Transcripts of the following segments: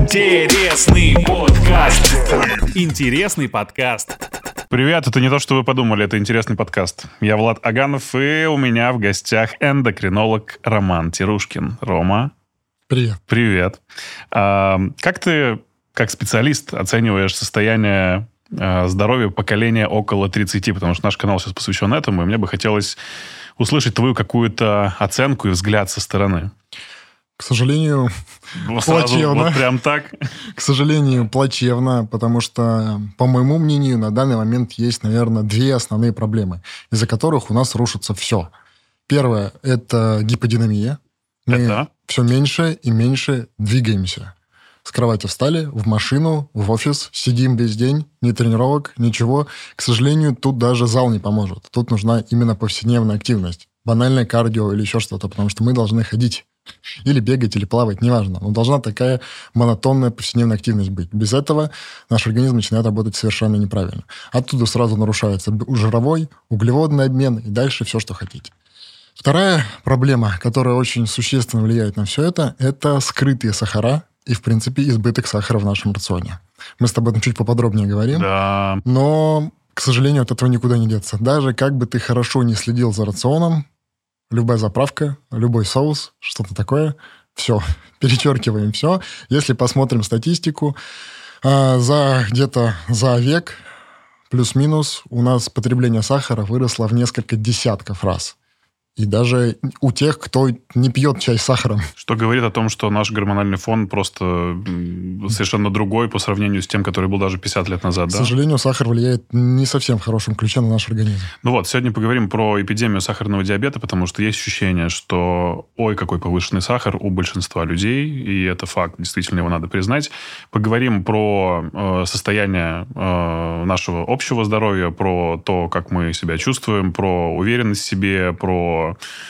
Интересный подкаст. Интересный подкаст. Привет, это не то, что вы подумали, это интересный подкаст. Я Влад Аганов, и у меня в гостях эндокринолог Роман Тирушкин. Рома. Привет. Привет. Как ты, как специалист, оцениваешь состояние здоровья поколения около 30? Потому что наш канал сейчас посвящен этому, и мне бы хотелось услышать твою какую-то оценку и взгляд со стороны. К сожалению, плачевно. Вот прям так? К сожалению, плачевно, потому что, по моему мнению, на данный момент есть, наверное, две основные проблемы, из-за которых у нас рушится все. Первое – это гиподинамия. Мы все меньше и меньше двигаемся. С кровати встали, в машину, в офис, сидим весь день, ни тренировок, ничего. К сожалению, тут даже зал не поможет. Тут нужна именно повседневная активность. Банальное кардио или еще что-то, потому что мы должны ходить. Или бегать, или плавать, неважно. Но должна такая монотонная повседневная активность быть. Без этого наш организм начинает работать совершенно неправильно. Оттуда сразу нарушается жировой, углеводный обмен и дальше все, что хотите. Вторая проблема, которая очень существенно влияет на все это скрытые сахара и, в принципе, избыток сахара в нашем рационе. Мы с тобой об этом чуть поподробнее говорим. Да. Но, к сожалению, от этого никуда не деться. Даже как бы ты хорошо не следил за рационом, любая заправка, любой соус, что-то такое, все, перечеркиваем все. Если посмотрим статистику, где-то за век, плюс-минус, у нас потребление сахара выросло в несколько десятков раз. И даже у тех, кто не пьет чай с сахаром. Что говорит о том, что наш гормональный фон просто совершенно другой по сравнению с тем, который был даже 50 лет назад. К сожалению, сахар влияет не совсем в хорошем ключе на наш организм. Ну вот, сегодня поговорим про эпидемию сахарного диабета, потому что есть ощущение, что ой, какой повышенный сахар у большинства людей, и это факт, действительно его надо признать. Поговорим про состояние нашего общего здоровья, про то, как мы себя чувствуем, про уверенность в себе, про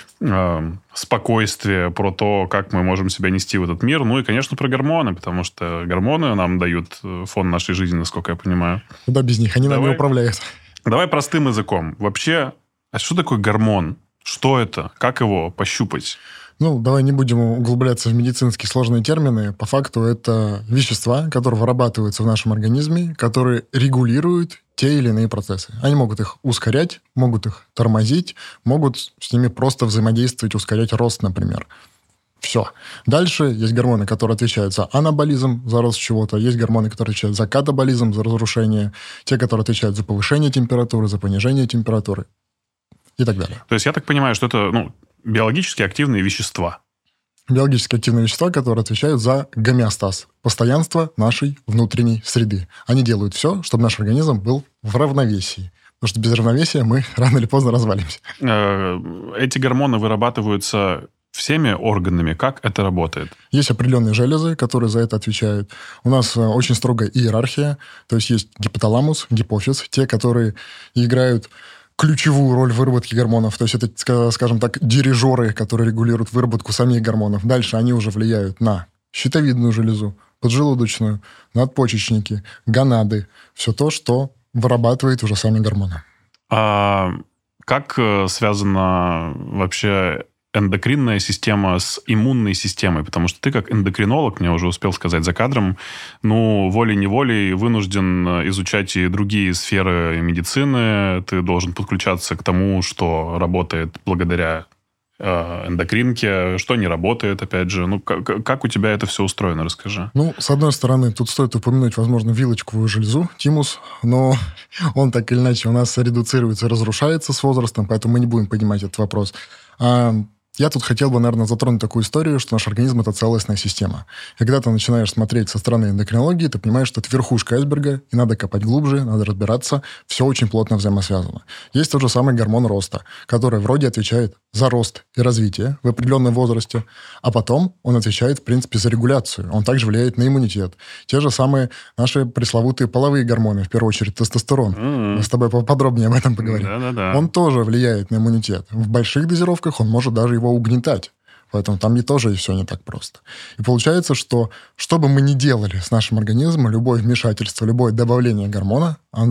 спокойствие, про то, как мы можем себя нести в этот мир. Ну и, конечно, про гормоны, потому что гормоны нам дают фон нашей жизни, насколько я понимаю. Куда без них? Они нами управляют. Давай простым языком. Вообще, а что такое гормон? Что это? Как его пощупать? Давай не будем углубляться в медицинские сложные термины. По факту это вещества, которые вырабатываются в нашем организме, которые регулируют те или иные процессы. Они могут их ускорять, могут их тормозить, могут с ними просто взаимодействовать, ускорять рост, например. Все. Дальше есть гормоны, которые отвечают за анаболизм, за рост чего-то. Есть гормоны, которые отвечают за катаболизм, за разрушение. Те, которые отвечают за повышение температуры, за понижение температуры и так далее. То есть я так понимаю, что это биологически активные вещества. Биологически активные вещества, которые отвечают за гомеостаз, постоянство нашей внутренней среды. Они делают все, чтобы наш организм был в равновесии. Потому что без равновесия мы рано или поздно развалимся. Эти гормоны вырабатываются всеми органами. Как это работает? Есть определенные железы, которые за это отвечают. У нас очень строгая иерархия. То есть гипоталамус, гипофиз, те, которые играют ключевую роль в выработке гормонов. То есть это, скажем так, дирижеры, которые регулируют выработку самих гормонов. Дальше они уже влияют на щитовидную железу, поджелудочную, надпочечники, гонады. Все то, что вырабатывает уже сами гормоны. А как связана вообще эндокринная система с иммунной системой? Потому что ты, как эндокринолог, мне уже успел сказать за кадром, волей-неволей вынужден изучать и другие сферы медицины. Ты должен подключаться к тому, что работает благодаря эндокринке, что не работает, опять же. Как у тебя это все устроено? Расскажи. С одной стороны, тут стоит упомянуть, возможно, вилочковую железу, тимус, но он так или иначе у нас редуцируется, разрушается с возрастом, поэтому мы не будем поднимать этот вопрос. Я тут хотел бы, наверное, затронуть такую историю, что наш организм – это целостная система. И когда ты начинаешь смотреть со стороны эндокринологии, ты понимаешь, что это верхушка айсберга, и надо копать глубже, надо разбираться. Все очень плотно взаимосвязано. Есть тот же самый гормон роста, который вроде отвечает за рост и развитие в определенном возрасте, а потом он отвечает, в принципе, за регуляцию. Он также влияет на иммунитет. Те же самые наши пресловутые половые гормоны, в первую очередь тестостерон. Мы с тобой поподробнее об этом поговорим. Да-да-да. Он тоже влияет на иммунитет. В больших дозировках он может даже его угнетать. Поэтому там тоже и все не так просто. И получается, что бы мы ни делали с нашим организмом, любое вмешательство, любое добавление гормона, оно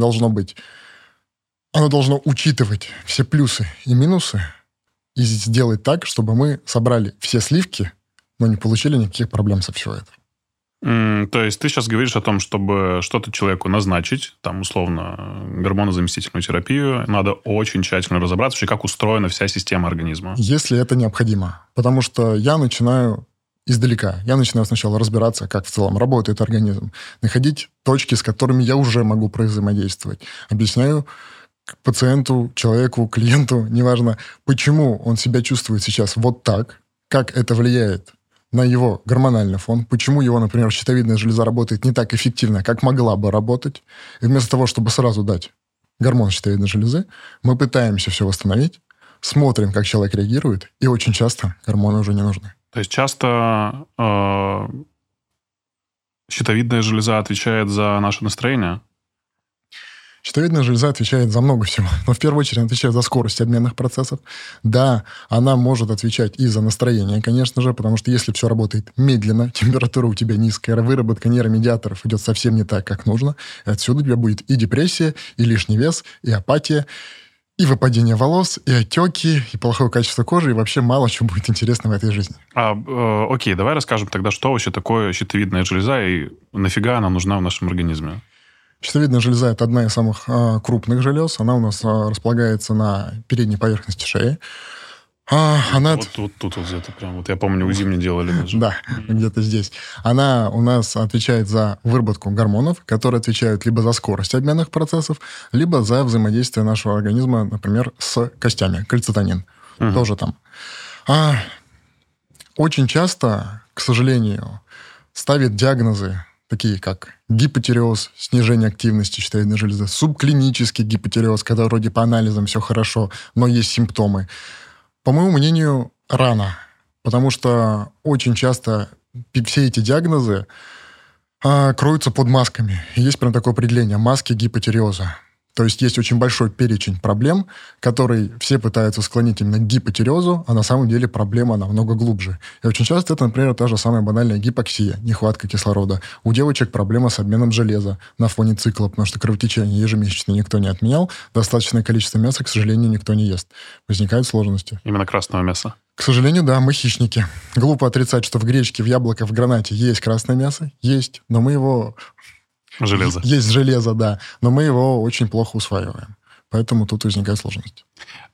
должно учитывать все плюсы и минусы и сделать так, чтобы мы собрали все сливки, но не получили никаких проблем со всего этого. То есть ты сейчас говоришь о том, чтобы что-то человеку назначить, там, условно, гормонозаместительную терапию, надо очень тщательно разобраться вообще, как устроена вся система организма. Если это необходимо. Потому что я начинаю издалека. Я начинаю сначала разбираться, как в целом работает организм, находить точки, с которыми я уже могу взаимодействовать. Объясняю пациенту, человеку, клиенту, неважно, почему он себя чувствует сейчас вот так, как это влияет на его гормональный фон, почему его, например, щитовидная железа работает не так эффективно, как могла бы работать. И вместо того, чтобы сразу дать гормон щитовидной железы, мы пытаемся все восстановить, смотрим, как человек реагирует, и очень часто гормоны уже не нужны. То есть часто щитовидная железа отвечает за наше настроение? Щитовидная железа отвечает за много всего. Но в первую очередь она отвечает за скорость обменных процессов. Да, она может отвечать и за настроение, конечно же, потому что если все работает медленно, температура у тебя низкая, выработка нейромедиаторов идет совсем не так, как нужно, и отсюда у тебя будет и депрессия, и лишний вес, и апатия, и выпадение волос, и отеки, и плохое качество кожи, и вообще мало чего будет интересного в этой жизни. Окей, давай расскажем тогда, что вообще такое щитовидная железа и нафига она нужна в нашем организме? Щитовидная железа – это одна из самых крупных желез. Она у нас располагается на передней поверхности шеи. Вот тут вот где-то прям. Вот я помню, УЗИ мне делали. Да, где-то здесь. Она у нас отвечает за выработку гормонов, которые отвечают либо за скорость обменных процессов, либо за взаимодействие нашего организма, например, с костями. Кальцитонин тоже там. Очень часто, к сожалению, ставят диагнозы, такие как гипотиреоз, снижение активности щитовидной железы, субклинический гипотиреоз, когда вроде по анализам все хорошо, но есть симптомы. По моему мнению, рано, потому что очень часто все эти диагнозы кроются под масками. Есть прям такое определение – маски гипотиреоза. То есть есть очень большой перечень проблем, которые все пытаются склонить именно к гипотиреозу, а на самом деле проблема намного глубже. И очень часто это, например, та же самая банальная гипоксия, нехватка кислорода. У девочек проблема с обменом железа на фоне цикла, потому что кровотечение ежемесячно никто не отменял, достаточное количество мяса, к сожалению, никто не ест. Возникают сложности. Именно красного мяса? К сожалению, да, мы хищники. Глупо отрицать, что в гречке, в яблоках, в гранате есть красное мясо. Есть, но мы его... Железо. Есть железо, да. Но мы его очень плохо усваиваем. Поэтому тут возникает сложность.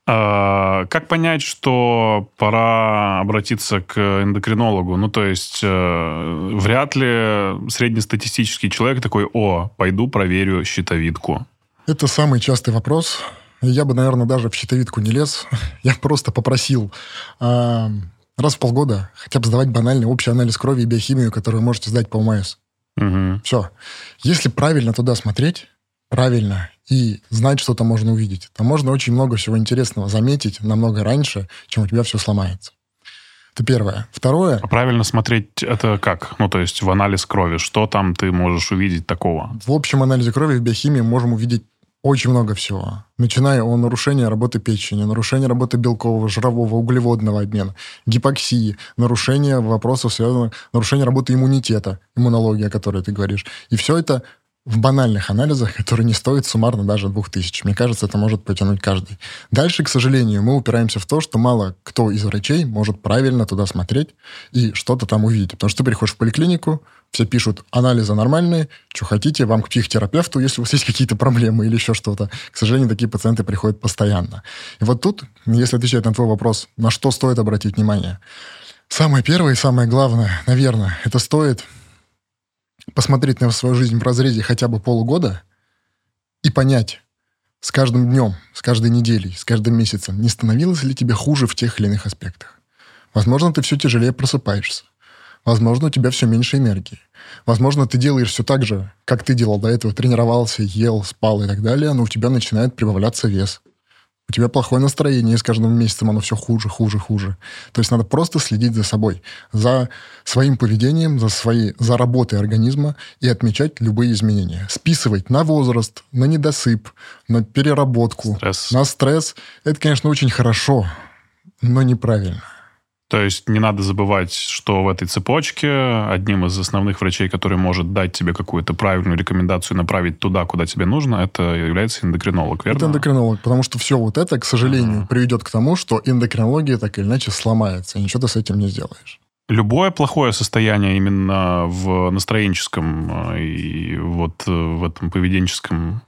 Как понять, что пора обратиться к эндокринологу? Ну, то есть, вряд ли среднестатистический человек такой: пойду проверю щитовидку. Это самый частый вопрос. Я бы, наверное, даже в щитовидку не лез. Я просто попросил раз в полгода хотя бы сдавать банальный общий анализ крови и биохимию, который вы можете сдать по ОМС. Угу. Все. Если правильно туда смотреть, правильно, и знать, что там можно увидеть, там можно очень много всего интересного заметить намного раньше, чем у тебя все сломается. Это первое. Второе... А правильно смотреть это как? Ну, то есть в анализ крови. Что там ты можешь увидеть такого? В общем анализе крови, в биохимии можем увидеть очень много всего. Начиная от нарушения работы печени, нарушения работы белкового, жирового, углеводного обмена, гипоксии, нарушения вопросов, связанных с нарушением работы иммунитета, иммунология, о которой ты говоришь. И все это в банальных анализах, которые не стоят суммарно даже 2000. Мне кажется, это может потянуть каждый. Дальше, к сожалению, мы упираемся в то, что мало кто из врачей может правильно туда смотреть и что-то там увидеть. Потому что ты приходишь в поликлинику, все пишут: анализы нормальные, что хотите, вам к психотерапевту, если у вас есть какие-то проблемы или еще что-то. К сожалению, такие пациенты приходят постоянно. И вот тут, если отвечать на твой вопрос, на что стоит обратить внимание, самое первое и самое главное, наверное, это стоит посмотреть на свою жизнь в разрезе хотя бы полугода и понять с каждым днем, с каждой неделей, с каждым месяцем, не становилось ли тебе хуже в тех или иных аспектах. Возможно, ты все тяжелее просыпаешься. Возможно, у тебя все меньше энергии. Возможно, ты делаешь все так же, как ты делал до этого, тренировался, ел, спал и так далее, но у тебя начинает прибавляться вес. У тебя плохое настроение, и с каждым месяцем оно все хуже, хуже, хуже. То есть надо просто следить за собой, за своим поведением, за работой организма и отмечать любые изменения. Списывать на возраст, на недосып, на переработку, на стресс. Это, конечно, очень хорошо, но неправильно. То есть не надо забывать, что в этой цепочке одним из основных врачей, который может дать тебе какую-то правильную рекомендацию, направить туда, куда тебе нужно, это является эндокринолог, верно? Это эндокринолог, потому что все вот это, к сожалению, приведет к тому, что эндокринология так или иначе сломается, и ничего ты с этим не сделаешь. Любое плохое состояние именно в настроенческом и вот в этом поведенческом...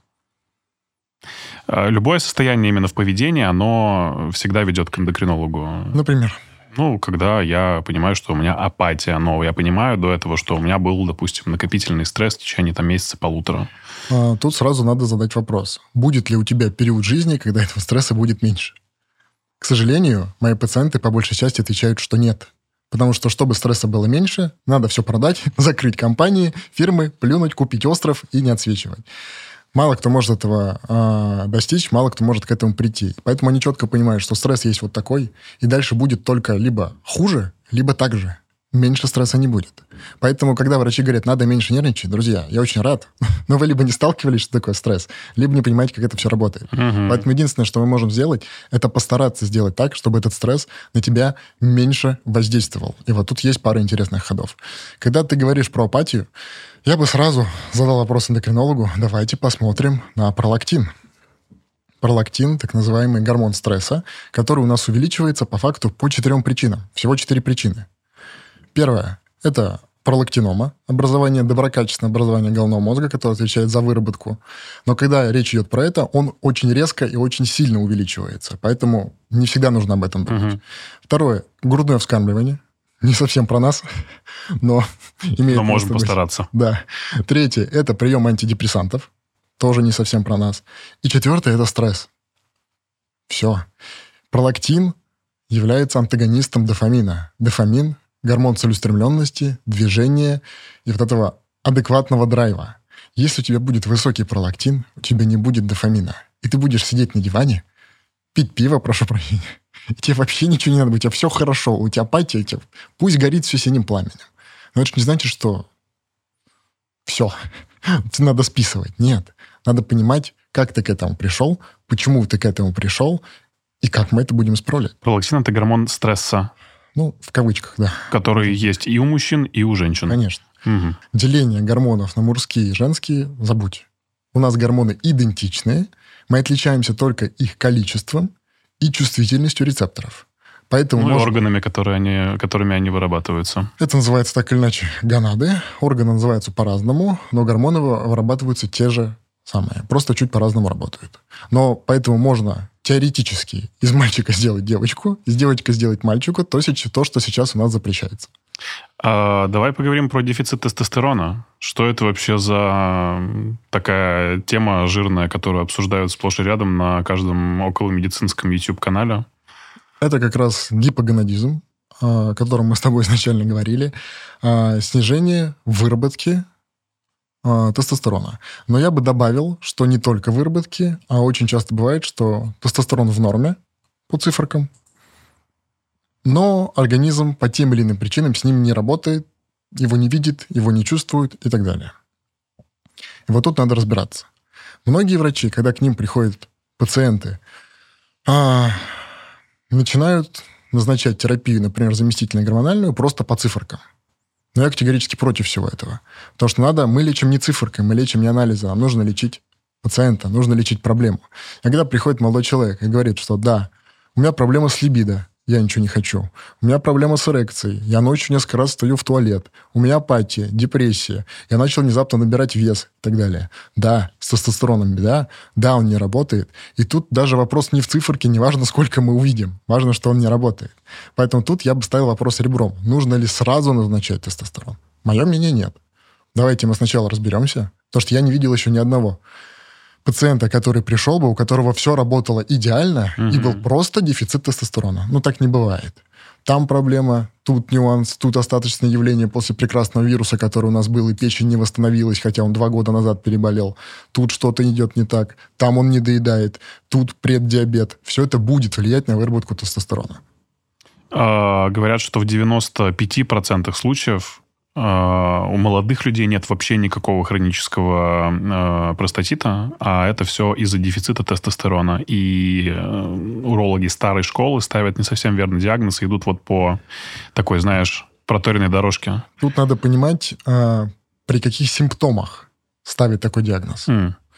Любое состояние именно в поведении, оно всегда ведет к эндокринологу. Например? Когда я понимаю, что у меня апатия, но я понимаю до этого, что у меня был, допустим, накопительный стресс в течение месяца-полутора. Тут сразу надо задать вопрос. Будет ли у тебя период жизни, когда этого стресса будет меньше? К сожалению, мои пациенты по большей части отвечают, что нет. Потому что, чтобы стресса было меньше, надо все продать, закрыть компании, фирмы, плюнуть, купить остров и не отсвечивать. Мало кто может этого достичь, мало кто может к этому прийти. Поэтому они четко понимают, что стресс есть вот такой, и дальше будет только либо хуже, либо так же. Меньше стресса не будет. Поэтому, когда врачи говорят, надо меньше нервничать, друзья, я очень рад, но вы либо не сталкивались, что такое стресс, либо не понимаете, как это все работает. Поэтому единственное, что мы можем сделать, это постараться сделать так, чтобы этот стресс на тебя меньше воздействовал. И вот тут есть пара интересных ходов. Когда ты говоришь про апатию, я бы сразу задал вопрос эндокринологу, давайте посмотрим на пролактин. Пролактин, так называемый гормон стресса, который у нас увеличивается по факту по 4 причинам. Всего 4 причины. Первое – это пролактинома, доброкачественное образование головного мозга, которое отвечает за выработку. Но когда речь идет про это, он очень резко и очень сильно увеличивается. Поэтому не всегда нужно об этом думать. Второе – грудное вскармливание. Не совсем про нас, но имеет... Но можем постараться. Да. Третье – это прием антидепрессантов. Тоже не совсем про нас. И четвертое – это стресс. Все. Пролактин является антагонистом дофамина. Дофамин – гормон целеустремленности, движения и вот этого адекватного драйва. Если у тебя будет высокий пролактин, у тебя не будет дофамина. И ты будешь сидеть на диване, пить пиво, прошу прощения, и тебе вообще ничего не надо, у тебя все хорошо, у тебя апатия, пусть горит все синим пламенем. Но это же не значит, что все, надо списывать. Нет. Надо понимать, как ты к этому пришел, почему ты к этому пришел, и как мы это будем исправлять. Пролактин – это гормон стресса. В кавычках, да. Который есть и у мужчин, и у женщин. Конечно. Деление гормонов на мужские и женские забудь. У нас гормоны идентичные, мы отличаемся только их количеством и чувствительностью рецепторов. Поэтому и органами, которыми они вырабатываются. Это называется так или иначе гонады. Органы называются по-разному, но гормоны вырабатываются те же самые. Просто чуть по-разному работают. Но поэтому можно теоретически из мальчика сделать девочку, из девочки сделать мальчика, то, что сейчас у нас запрещается. Давай поговорим про дефицит тестостерона. Что это вообще за такая тема жирная, которую обсуждают сплошь и рядом на каждом околомедицинском YouTube-канале? Это как раз гипогонадизм, о котором мы с тобой изначально говорили. Снижение выработки тестостерона. Но я бы добавил, что не только выработки, а очень часто бывает, что тестостерон в норме по циферкам, но организм по тем или иным причинам с ним не работает, его не видит, его не чувствует и так далее. И вот тут надо разбираться. Многие врачи, когда к ним приходят пациенты, начинают назначать терапию, например, заместительно-гормональную, просто по циферкам. Но я категорически против всего этого. Потому что мы лечим не циферкой, мы лечим не анализом. Нам нужно лечить пациента, нужно лечить проблему. И когда приходит молодой человек и говорит, что да, у меня проблема с либидо, я ничего не хочу. У меня проблема с эрекцией. Я ночью несколько раз стою в туалет. У меня апатия, депрессия. Я начал внезапно набирать вес и так далее. Да, с тестостероном беда. Да, он не работает. И тут даже вопрос не в циферке, не важно, сколько мы увидим. Важно, что он не работает. Поэтому тут я бы ставил вопрос ребром. Нужно ли сразу назначать тестостерон? Мое мнение нет. Давайте мы сначала разберемся. Потому что я не видел еще ни одного пациента, который пришел бы, у которого все работало идеально, и был просто дефицит тестостерона. Так не бывает. Там проблема, тут нюанс, тут остаточное явление после прекрасного вируса, который у нас был, и печень не восстановилась, хотя он 2 года назад переболел. Тут что-то идет не так, там он не доедает, тут преддиабет. Все это будет влиять на выработку тестостерона. Говорят, что в 95% случаев у молодых людей нет вообще никакого хронического простатита, а это все из-за дефицита тестостерона. И урологи старой школы ставят не совсем верный диагноз и идут по такой, проторенной дорожке. Тут надо понимать, при каких симптомах ставить такой диагноз.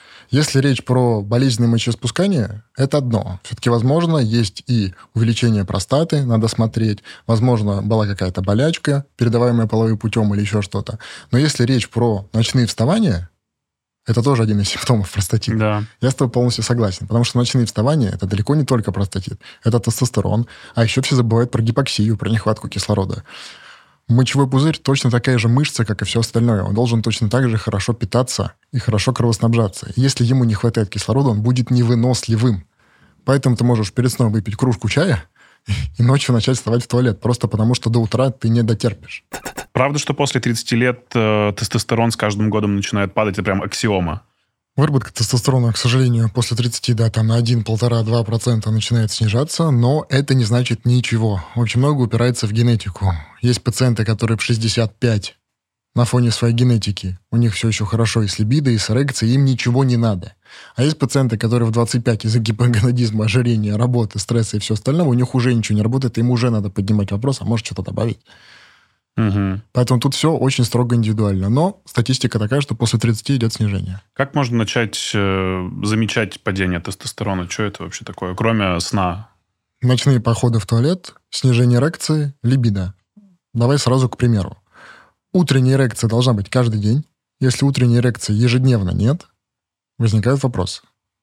Если речь про болезненное мочеиспускание, это одно. Все-таки, возможно, есть и увеличение простаты, надо смотреть. Возможно, была какая-то болячка, передаваемая половым путем или еще что-то. Но если речь про ночные вставания, это тоже один из симптомов простатита. Да. Я с тобой полностью согласен. Потому что ночные вставания – это далеко не только простатит. Это тестостерон. А еще все забывают про гипоксию, про нехватку кислорода. Мочевой пузырь точно такая же мышца, как и все остальное. Он должен точно так же хорошо питаться и хорошо кровоснабжаться. Если ему не хватает кислорода, он будет невыносливым. Поэтому ты можешь перед сном выпить кружку чая и ночью начать вставать в туалет, просто потому что до утра ты не дотерпишь. Правда, что после 30 лет тестостерон с каждым годом начинает падать? Это прям аксиома. Выработка тестостерона, к сожалению, после 30, да, там на 1, 1,5-2% начинает снижаться, но это не значит ничего. Очень много упирается в генетику. Есть пациенты, которые в 65 на фоне своей генетики, у них все еще хорошо и с либидо, и с эрекцией, им ничего не надо. А есть пациенты, которые в 25 из-за гипоgonadизма, ожирения, работы, стресса и все остальное, у них уже ничего не работает, им уже надо поднимать вопрос, а может что-то добавить. Угу. Поэтому тут все очень строго индивидуально. Но статистика такая, что после 30 идет снижение. Как можно начать замечать падение тестостерона? Что это вообще такое, кроме сна? Ночные походы в туалет, снижение эрекции, либидо. Давай сразу к примеру. Утренняя эрекция должна быть каждый день. Если утренней эрекции ежедневно нет, возникают вопросы.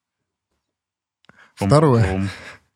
Второе.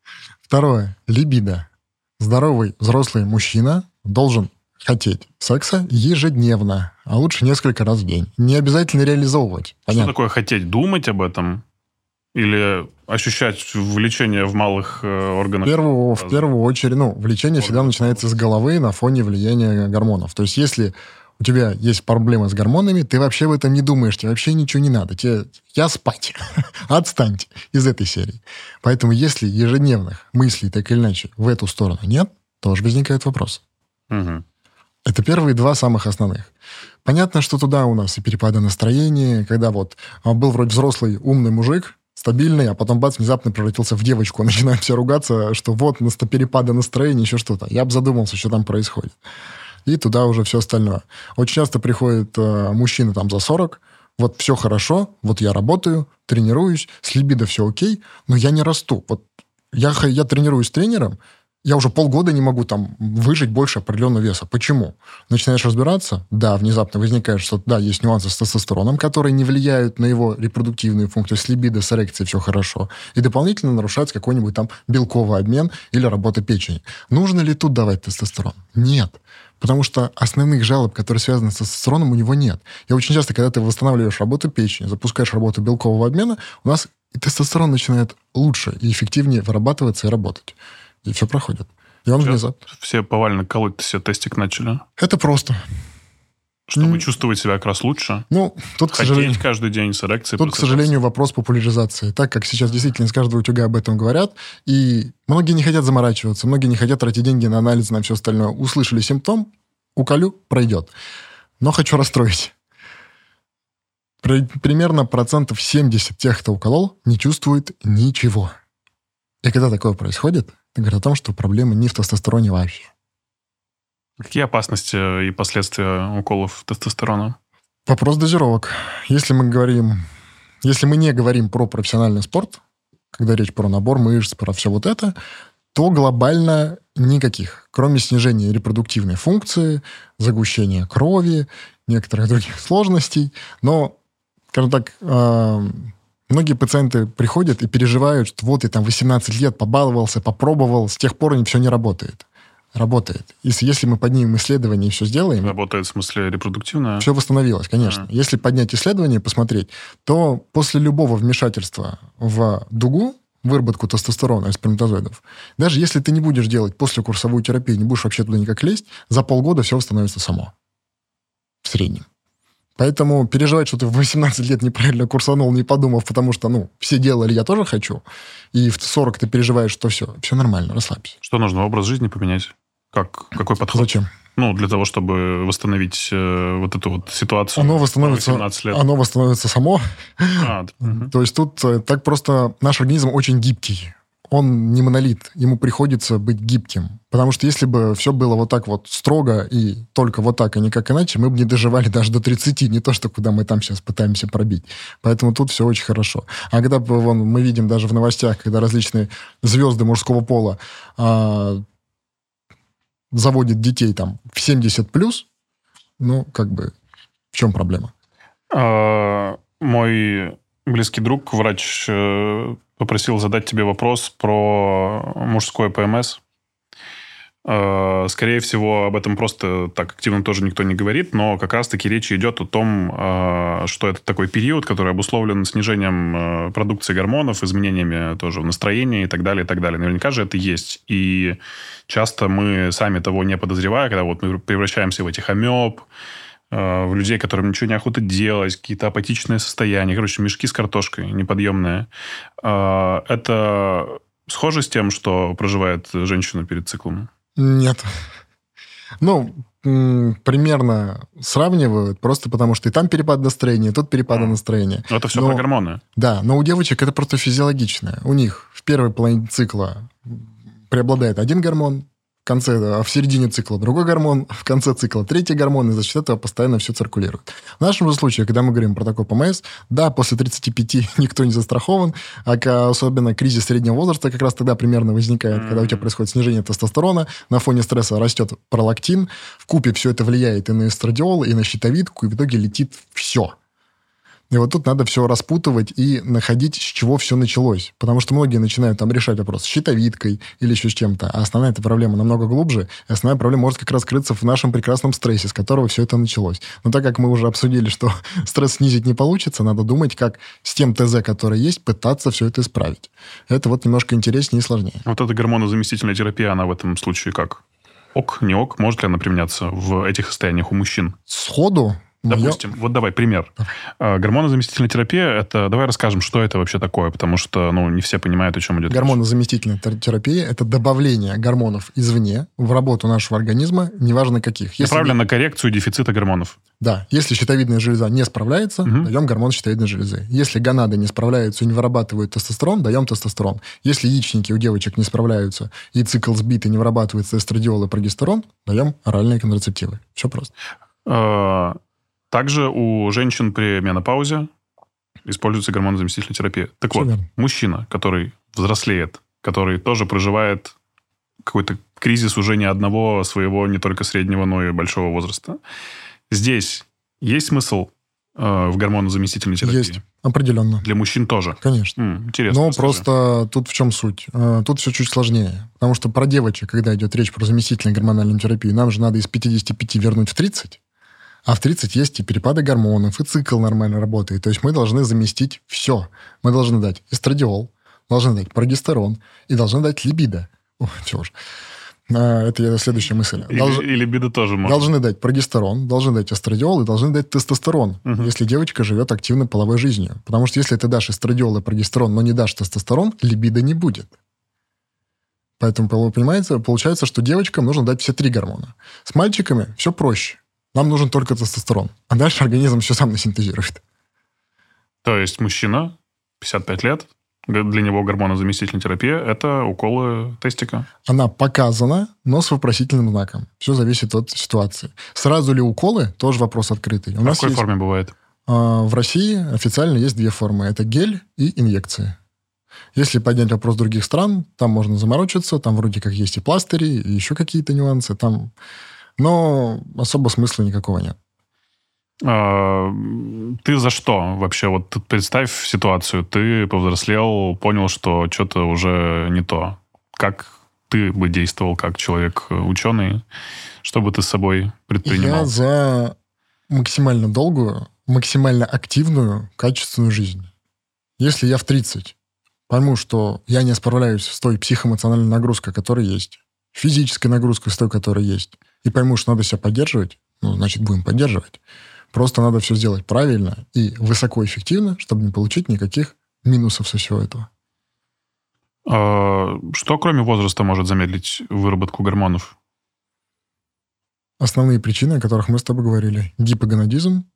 Либидо. Здоровый взрослый мужчина должен хотеть секса ежедневно, а лучше несколько раз в день. Не обязательно реализовывать. Понятно. Что такое хотеть? Думать об этом? Или ощущать влечение в малых органах? В первую очередь, влечение всегда начинается с головы на фоне влияния гормонов. То есть, если у тебя есть проблемы с гормонами, ты вообще в этом не думаешь, тебе вообще ничего не надо. Я спать. Отстаньте из этой серии. Поэтому, если ежедневных мыслей так или иначе в эту сторону нет, тоже возникает вопрос. Угу. Это первые два самых основных. Понятно, что туда у нас и перепады настроения, когда был вроде взрослый, умный мужик, стабильный, а потом бац, внезапно превратился в девочку, начинают все ругаться, что перепады настроения, еще что-то. Я бы задумался, что там происходит. И туда уже все остальное. Очень часто приходит мужчина за 40, все хорошо, я работаю, тренируюсь, с либидо все окей, но я не расту. Я тренируюсь с тренером, я уже полгода не могу выжить больше определенного веса. Почему? Начинаешь разбираться, да, внезапно возникает, что да, есть нюансы с тестостероном, которые не влияют на его репродуктивную функцию, с либидо, с эрекцией все хорошо. И дополнительно нарушается какой-нибудь белковый обмен или работа печени. Нужно ли тут давать тестостерон? Нет. Потому что основных жалоб, которые связаны с тестостероном, у него нет. И очень часто, когда ты восстанавливаешь работу печени, запускаешь работу белкового обмена, у нас и тестостерон начинает лучше и эффективнее вырабатываться и работать. И все проходит. И он внезапно. Все повально колоть себе тестик начали. Это просто. Чтобы чувствовать себя как раз лучше. Тут, к сожалению... Хотеть каждый день с эрекцией. Тут, к сожалению, вопрос популяризации. Так как сейчас действительно с каждого утюга об этом говорят, и многие не хотят заморачиваться, многие не хотят тратить деньги на анализ, на все остальное. Услышали симптом, уколю, пройдет. Но хочу расстроить. Примерно 70% тех, кто уколол, не чувствует ничего. И когда такое происходит, это говорит о том, что проблема не в тестостероне вообще. Какие опасности и последствия уколов тестостерона? Вопрос дозировок. Если мы не говорим про профессиональный спорт, когда речь про набор мышц, про все это, то глобально никаких, кроме снижения репродуктивной функции, загущения крови, некоторых других сложностей. Но, скажем так, многие пациенты приходят и переживают, что я 18 лет побаловался, попробовал, с тех пор все не работает. Работает. Если мы поднимем исследование и все сделаем... Работает в смысле репродуктивное? Все восстановилось, конечно. Если поднять исследование и посмотреть, то после любого вмешательства в дугу, выработку тестостерона из сперматозоидов, даже если ты не будешь делать послекурсовую терапию, не будешь вообще туда никак лезть, за полгода все восстановится само. В среднем. Поэтому переживать, что ты в 18 лет неправильно курсанул, не подумав, потому что, все делали, я тоже хочу, и в 40 ты переживаешь, что все нормально, расслабься. Что нужно? Образ жизни поменять? Какой подход? Зачем? Для того, чтобы восстановить эту ситуацию. Оно восстановится само. То есть тут так просто наш организм очень гибкий. он не монолит, ему приходится быть гибким. Потому что если бы все было вот так вот строго и только вот так, и никак иначе, мы бы не доживали даже до 30, не то, что куда мы там сейчас пытаемся пробить. Поэтому тут все очень хорошо. А когда мы видим даже в новостях, когда различные звезды мужского пола заводят детей там в 70+, ну, как бы, в чем проблема? Мой близкий друг, врач, попросил задать тебе вопрос про мужское ПМС. Скорее всего, об этом просто так активно тоже никто не говорит, но как раз-таки речь идет о том, что это такой период, который обусловлен снижением продукции гормонов, изменениями тоже в настроении и так далее, и так далее. Наверняка же это есть. И часто мы, сами того не подозревая, когда вот мы превращаемся в этих амеб, в людей, которым ничего не охота делать, какие-то апатичные состояния, короче, мешки с картошкой неподъемные. Это схоже с тем, что проживает женщина перед циклом? Нет. Ну, примерно сравнивают, просто потому что и там перепад настроения, и тут перепады настроения. Это все про гормоны. Да, но у девочек это просто физиологичное. У них в первой половине цикла преобладает один гормон, в середине цикла другой гормон, в конце цикла третий гормон, и за счет этого постоянно все циркулирует. В нашем же случае, когда мы говорим про такой ПМС, да, после 35 никто не застрахован, а особенно кризис среднего возраста как раз тогда примерно возникает, когда у тебя происходит снижение тестостерона, на фоне стресса растет пролактин, вкупе все это влияет и на эстрадиол, и на щитовидку, и в итоге летит все. И вот тут надо все распутывать и находить, с чего все началось. Потому что многие начинают там решать вопрос с щитовидкой или еще с чем-то. А основная эта проблема намного глубже. И основная проблема может как раз крыться в нашем прекрасном стрессе, с которого все это началось. Но так как мы уже обсудили, что стресс снизить не получится, надо думать, как с тем ТЗ, который есть, пытаться все это исправить. Это вот немножко интереснее и сложнее. Вот эта гормонозаместительная терапия, она в этом случае как? Ок, не ок? Может ли она применяться в этих состояниях у мужчин? Сходу? Допустим, вот давай пример. Гормонозаместительная терапия, это... Давай расскажем, что это вообще такое, потому что, не все понимают, о чем идет речь. Гормонозаместительная терапия – это добавление гормонов извне в работу нашего организма, неважно каких. Направлено на коррекцию дефицита гормонов. Да. Если щитовидная железа не справляется, даем гормон щитовидной железы. Если гонады не справляются и не вырабатывают тестостерон, даем тестостерон. Если яичники у девочек не справляются и цикл сбит и не вырабатывается эстрадиол и прогестерон, даем оральные контрацептивы. Все просто. Также у женщин при менопаузе используется гормонозаместительная терапия. Так вот, мужчина, который взрослеет, который тоже проживает какой-то кризис уже не одного своего, не только среднего, но и большого возраста. Здесь есть смысл в гормонозаместительной терапии? Есть, определенно. Для мужчин тоже? Конечно. Интересно. Но просто тут в чем суть? Тут все чуть сложнее. Потому что про девочек, когда идет речь про заместительную гормональную терапию, нам же надо из 55 вернуть в 30. А в 30 есть и перепады гормонов, и цикл нормально работает. То есть мы должны заместить все. Мы должны дать эстрадиол, должны дать прогестерон и должны дать либидо. Все уже. Это следующая мысль. И либидо тоже можно. Должны дать прогестерон, должны дать эстрадиол и должны дать тестостерон, если девочка живет активной половой жизнью. Потому что если ты дашь эстрадиол и прогестерон, но не дашь тестостерон, либидо не будет. Поэтому, получается, что девочкам нужно дать все 3 гормона. С мальчиками все проще. Нам нужен только тестостерон. А дальше организм все сам насинтезирует. То есть мужчина, 55 лет, для него гормонозаместительная терапия – это уколы тестика? Она показана, но с вопросительным знаком. Все зависит от ситуации. Сразу ли уколы? Тоже вопрос открытый. В какой форме бывает? В России официально есть 2 формы. Это гель и инъекции. Если поднять вопрос других стран, там можно заморочиться. Там вроде как есть и пластыри, и еще какие-то нюансы. Но особо смысла никакого нет. Ты за что вообще? Вот представь ситуацию. Ты повзрослел, понял, что что-то уже не то. Как ты бы действовал как человек-ученый? Что бы ты с собой предпринимал? Я за максимально долгую, максимально активную, качественную жизнь. Если я в 30 пойму, что я не справляюсь с той психоэмоциональной нагрузкой, которая есть, физической нагрузкой с той, которая есть, и пойму, что надо себя поддерживать, значит, будем поддерживать. Просто надо все сделать правильно и высокоэффективно, чтобы не получить никаких минусов со всего этого. Что, кроме возраста, может замедлить выработку гормонов? Основные причины, о которых мы с тобой говорили. Гипогонадизм,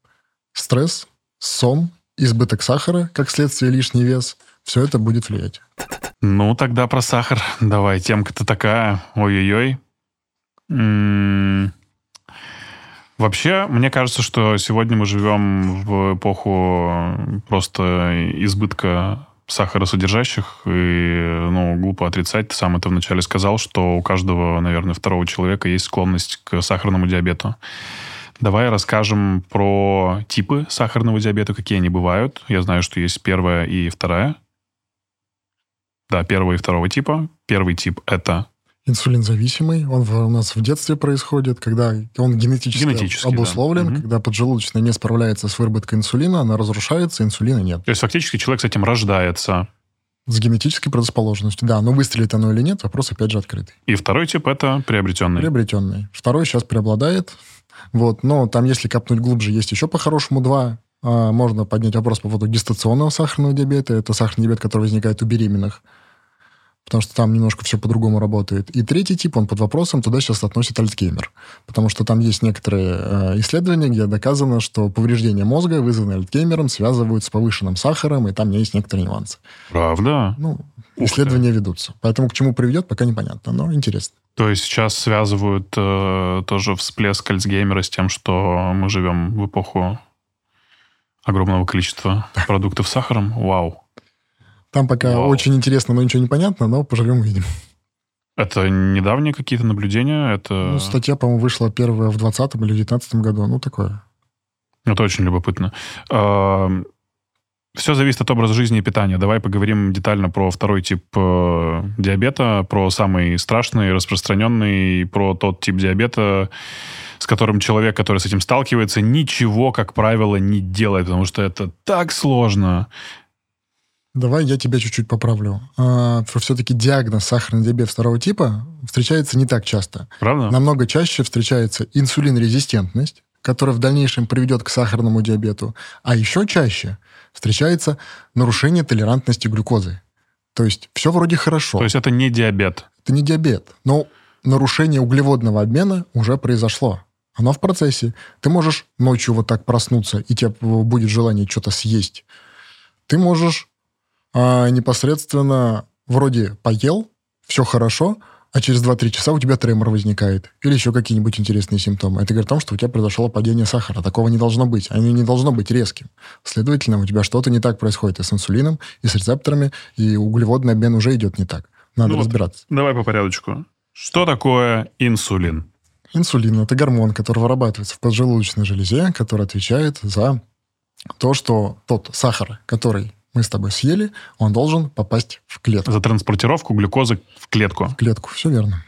стресс, сон, избыток сахара, как следствие лишний вес. Все это будет влиять. Ну, тогда про сахар. Давай, темка-то такая. Ой-ой-ой. Вообще, мне кажется, что сегодня мы живем в эпоху просто избытка сахаросодержащих, и, глупо отрицать. Ты сам это вначале сказал, что у каждого, наверное, второго человека есть склонность к сахарному диабету. Давай расскажем про типы сахарного диабета, какие они бывают. Я знаю, что есть первая и вторая. Да, первого и второго типа. Первый тип – это... Инсулинзависимый, он у нас в детстве происходит, когда он генетически обусловлен, да. Когда поджелудочная не справляется с выработкой инсулина, она разрушается, инсулина нет. То есть фактически человек с этим рождается. С генетической предрасположенностью, да. Но выстрелит оно или нет, вопрос опять же открытый. И второй тип – это приобретенный. Приобретенный. Второй сейчас преобладает. Но там, если копнуть глубже, есть еще по-хорошему два. Можно поднять вопрос по поводу гестационного сахарного диабета. Это сахарный диабет, который возникает у беременных, потому что там немножко все по-другому работает. И третий тип, он под вопросом, туда сейчас относят Альцгеймер. Потому что там есть некоторые исследования, где доказано, что повреждения мозга, вызванные Альцгеймером, связывают с повышенным сахаром, и там есть некоторые нюансы. Правда? Исследования ведутся. Поэтому к чему приведет, пока непонятно, но интересно. То есть сейчас связывают тоже всплеск Альцгеймера с тем, что мы живем в эпоху огромного количества продуктов с сахаром? Вау. Там пока очень интересно, но ничего не понятно, но поживем увидим. Это недавние какие-то наблюдения? Это... Статья, по-моему, вышла первая в 2020 или 2019 году. Такое. Это очень любопытно. Все зависит от образа жизни и питания. Давай поговорим детально про второй тип диабета, про самый страшный, распространенный, про тот тип диабета, с которым человек, который с этим сталкивается, ничего, как правило, не делает, потому что это так сложно. Давай я тебя чуть-чуть поправлю. Все-таки диагноз сахарный диабет второго типа встречается не так часто. Правда? Намного чаще встречается инсулинорезистентность, которая в дальнейшем приведет к сахарному диабету. А еще чаще встречается нарушение толерантности глюкозы. То есть все вроде хорошо. То есть это не диабет? Это не диабет. Но нарушение углеводного обмена уже произошло. Оно в процессе. Ты можешь ночью вот так проснуться, и тебе будет желание что-то съесть. Ты можешь непосредственно вроде поел, все хорошо, а через 2-3 часа у тебя тремор возникает. Или еще какие-нибудь интересные симптомы. Это говорит о том, что у тебя произошло падение сахара. Такого не должно быть. Оно не должно быть резким. Следовательно, у тебя что-то не так происходит и с инсулином, и с рецепторами, и углеводный обмен уже идет не так. Надо разбираться. Давай по порядочку. Что такое инсулин? Инсулин – это гормон, который вырабатывается в поджелудочной железе, который отвечает за то, что тот сахар, который мы с тобой съели, он должен попасть в клетку. За транспортировку глюкозы в клетку. В клетку, все верно.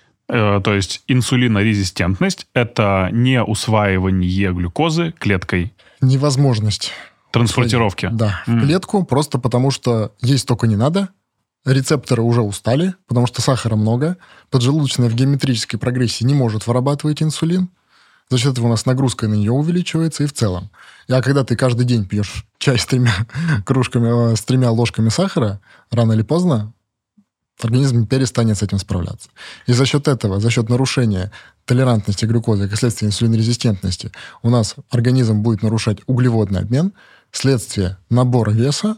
То есть инсулинорезистентность – это не усваивание глюкозы клеткой. Невозможность транспортировки. Да, в клетку, просто потому что есть только не надо. Рецепторы уже устали, потому что сахара много. Поджелудочная в геометрической прогрессии не может вырабатывать инсулин. За счет этого у нас нагрузка на нее увеличивается и в целом. А когда ты каждый день пьешь чай с 3 кружками, с 3 ложками сахара, рано или поздно организм перестанет с этим справляться. И за счет этого, за счет нарушения толерантности глюкозы, как следствие инсулинорезистентности, у нас организм будет нарушать углеводный обмен, следствие набора веса,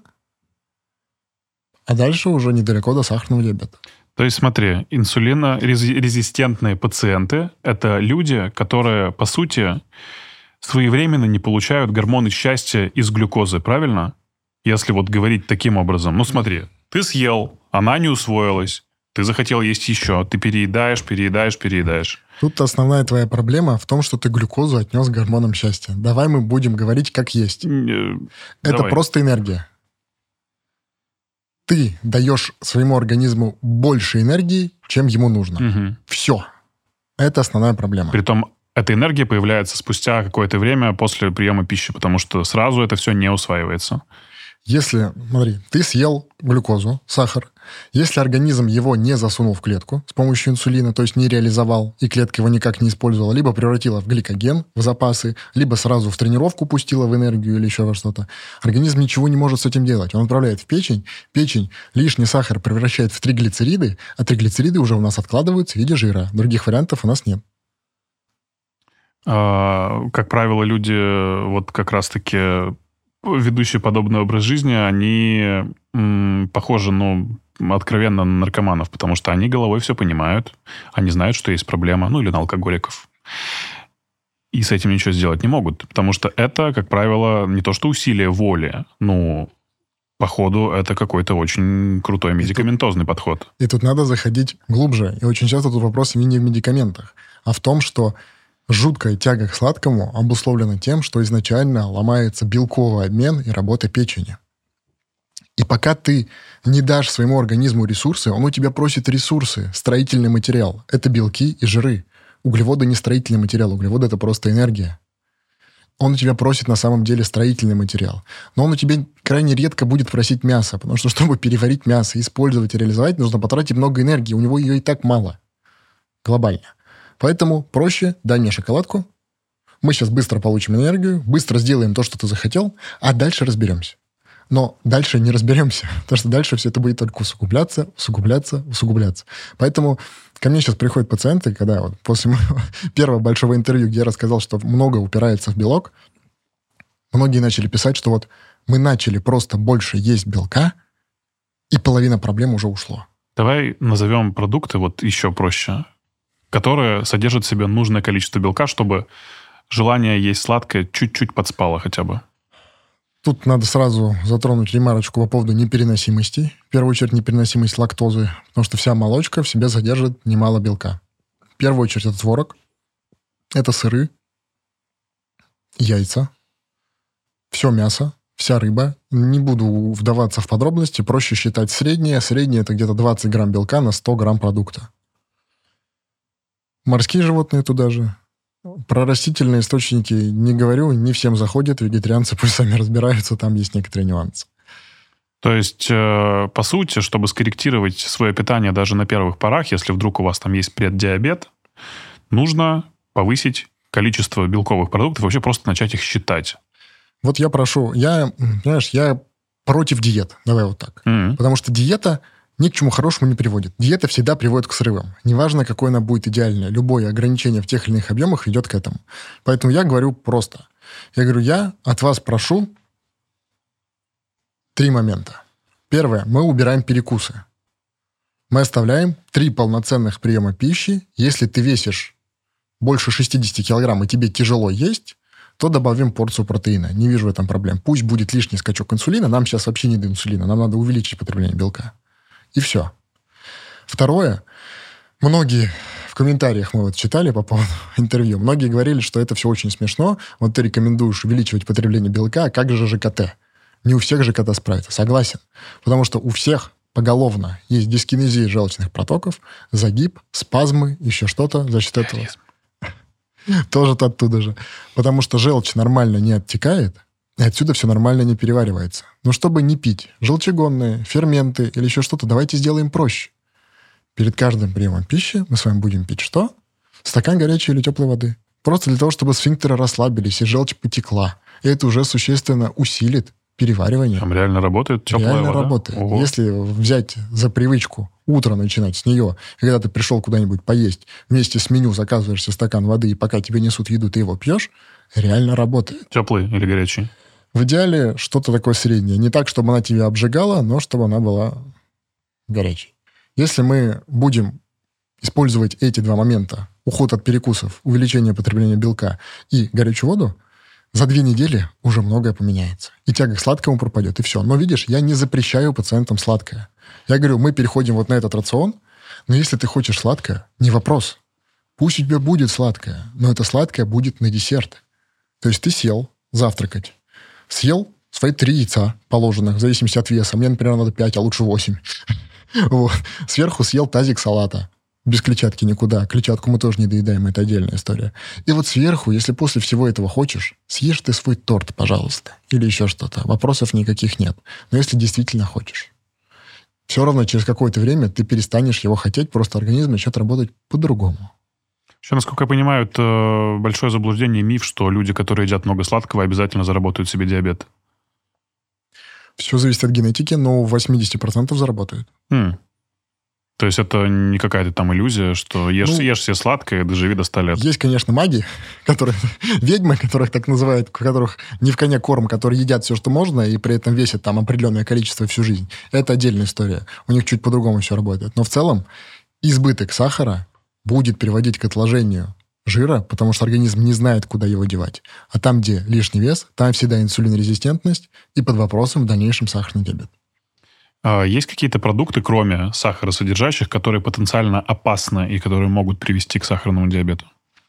а дальше уже недалеко до сахарного диабета. То есть, смотри, инсулинорезистентные пациенты – это люди, которые, по сути, своевременно не получают гормоны счастья из глюкозы, правильно? Если вот говорить таким образом. Смотри, ты съел, она не усвоилась, ты захотел есть еще, ты переедаешь. Тут основная твоя проблема в том, что ты глюкозу отнес к гормонам счастья. Давай мы будем говорить как есть. Это просто энергия. Ты даешь своему организму больше энергии, чем ему нужно. Угу. Все. Это основная проблема. Притом эта энергия появляется спустя какое-то время после приема пищи, потому что сразу это все не усваивается. Если, смотри, ты съел глюкозу, сахар, если организм его не засунул в клетку с помощью инсулина, то есть не реализовал, и клетка его никак не использовала, либо превратила в гликоген, в запасы, либо сразу в тренировку пустила в энергию или еще во что-то, организм ничего не может с этим делать. Он отправляет в печень, печень лишний сахар превращает в триглицериды, а триглицериды уже у нас откладываются в виде жира. Других вариантов у нас нет. Как правило, люди вот как раз-таки... ведущие подобный образ жизни, они похожи, откровенно на наркоманов, потому что они головой все понимают, они знают, что есть проблема, ну или на алкоголиков. И с этим ничего сделать не могут, потому что это, как правило, не то что усилие воли, ну, походу, это какой-то очень крутой медикаментозный подход. И тут надо заходить глубже. И очень часто тут вопрос не в медикаментах, а в том, что жуткая тяга к сладкому обусловлена тем, что изначально ломается белковый обмен и работа печени. И пока ты не дашь своему организму ресурсы, он у тебя просит ресурсы, строительный материал. Это белки и жиры. Углеводы не строительный материал, углеводы – это просто энергия. Он у тебя просит на самом деле строительный материал. Но он у тебя крайне редко будет просить мясо, потому что, чтобы переварить мясо, использовать и реализовать, нужно потратить много энергии. У него ее и так мало. Глобально. Поэтому проще дай мне шоколадку, мы сейчас быстро получим энергию, быстро сделаем то, что ты захотел, а дальше разберемся. Но дальше не разберемся, потому что дальше все это будет только усугубляться. Поэтому ко мне сейчас приходят пациенты, когда вот после моего первого большого интервью, где я рассказал, что много упирается в белок, многие начали писать, что вот мы начали просто больше есть белка, и половина проблем уже ушло. Давай назовем продукты вот еще проще, которые содержат в себе нужное количество белка, чтобы желание есть сладкое чуть-чуть подспало хотя бы. Тут надо сразу затронуть ремарочку по поводу непереносимости. В первую очередь непереносимость лактозы, потому что вся молочка в себе содержит немало белка. В первую очередь это творог, это сыры, яйца, все мясо, вся рыба. Не буду вдаваться в подробности, проще считать среднее. Среднее – это где-то 20 грамм белка на 100 грамм продукта. Морские животные туда же. Про растительные источники не говорю, не всем заходят, вегетарианцы пусть сами разбираются, там есть некоторые нюансы. То есть, по сути, чтобы скорректировать свое питание даже на первых порах, если вдруг у вас там есть преддиабет, нужно повысить количество белковых продуктов, вообще просто начать их считать. Вот я прошу, я против диет, давай вот так. Потому что диета ни к чему хорошему не приводит. Диета всегда приводит к срывам. Неважно, какой она будет идеальная. Любое ограничение в тех или иных объемах ведет к этому. Поэтому я говорю просто. Я говорю, я от вас прошу 3 момента. Первое. Мы убираем перекусы. Мы оставляем 3 полноценных приема пищи. Если ты весишь больше 60 килограмм и тебе тяжело есть, то добавим порцию протеина. Не вижу в этом проблем. Пусть будет лишний скачок инсулина. Нам сейчас вообще не до инсулина. Нам надо увеличить потребление белка. И все. Второе. Многие в комментариях мы вот читали по поводу интервью. Многие говорили, что это все очень смешно. Вот ты рекомендуешь увеличивать потребление белка, а как же ЖКТ? Не у всех ЖКТ справится. Согласен. Потому что у всех поголовно есть дискинезия желчных протоков, загиб, спазмы, еще что-то за счет этого. Тоже-то оттуда же. Потому что желчь нормально не оттекает, и отсюда все нормально не переваривается. Но чтобы не пить желчегонные, ферменты или еще что-то, давайте сделаем проще. Перед каждым приемом пищи мы с вами будем пить что? Стакан горячей или теплой воды. Просто для того, чтобы сфинктеры расслабились и желчь потекла. И это уже существенно усилит переваривание. Там реально работает теплая реально вода? Работает. Ого. Если взять за привычку утро начинать с нее, и когда ты пришел куда-нибудь поесть, вместе с меню заказываешь себе стакан воды, и пока тебе несут еду, ты его пьешь, реально работает. Теплый или горячий? В идеале что-то такое среднее. Не так, чтобы она тебя обжигала, но чтобы она была горячей. Если мы будем использовать эти 2 момента, уход от перекусов, увеличение потребления белка и горячую воду, за 2 недели уже многое поменяется. И тяга к сладкому пропадет, и все. Но видишь, я не запрещаю пациентам сладкое. Я говорю, мы переходим вот на этот рацион, но если ты хочешь сладкое, не вопрос. Пусть у тебя будет сладкое, но это сладкое будет на десерт. То есть ты сел завтракать, съел свои 3 яйца положенных, в зависимости от веса. Мне, например, надо 5, а лучше 8. Вот. Сверху съел тазик салата. Без клетчатки никуда. Клетчатку мы тоже не доедаем, это отдельная история. И вот сверху, если после всего этого хочешь, съешь ты свой торт, пожалуйста. Или еще что-то. Вопросов никаких нет. Но если действительно хочешь. Все равно через какое-то время ты перестанешь его хотеть, просто организм начнет работать по-другому. Еще, насколько я понимаю, это большое заблуждение, миф, что люди, которые едят много сладкого, обязательно заработают себе диабет. Все зависит от генетики, но 80% заработают. То есть это не какая-то там иллюзия, что ешь себе сладкое, доживи до 100 лет. Есть, конечно, маги, которые ведьмы, которых так называют, у которых не в коне корм, которые едят все, что можно, и при этом весят там определенное количество всю жизнь. Это отдельная история. У них чуть по-другому все работает. Но в целом избыток сахара будет приводить к отложению жира, потому что организм не знает, куда его девать. А там, где лишний вес, там всегда инсулинорезистентность и под вопросом в дальнейшем сахарный диабет. Есть какие-то продукты, кроме сахаросодержащих, которые потенциально опасны и которые могут привести к сахарному диабету?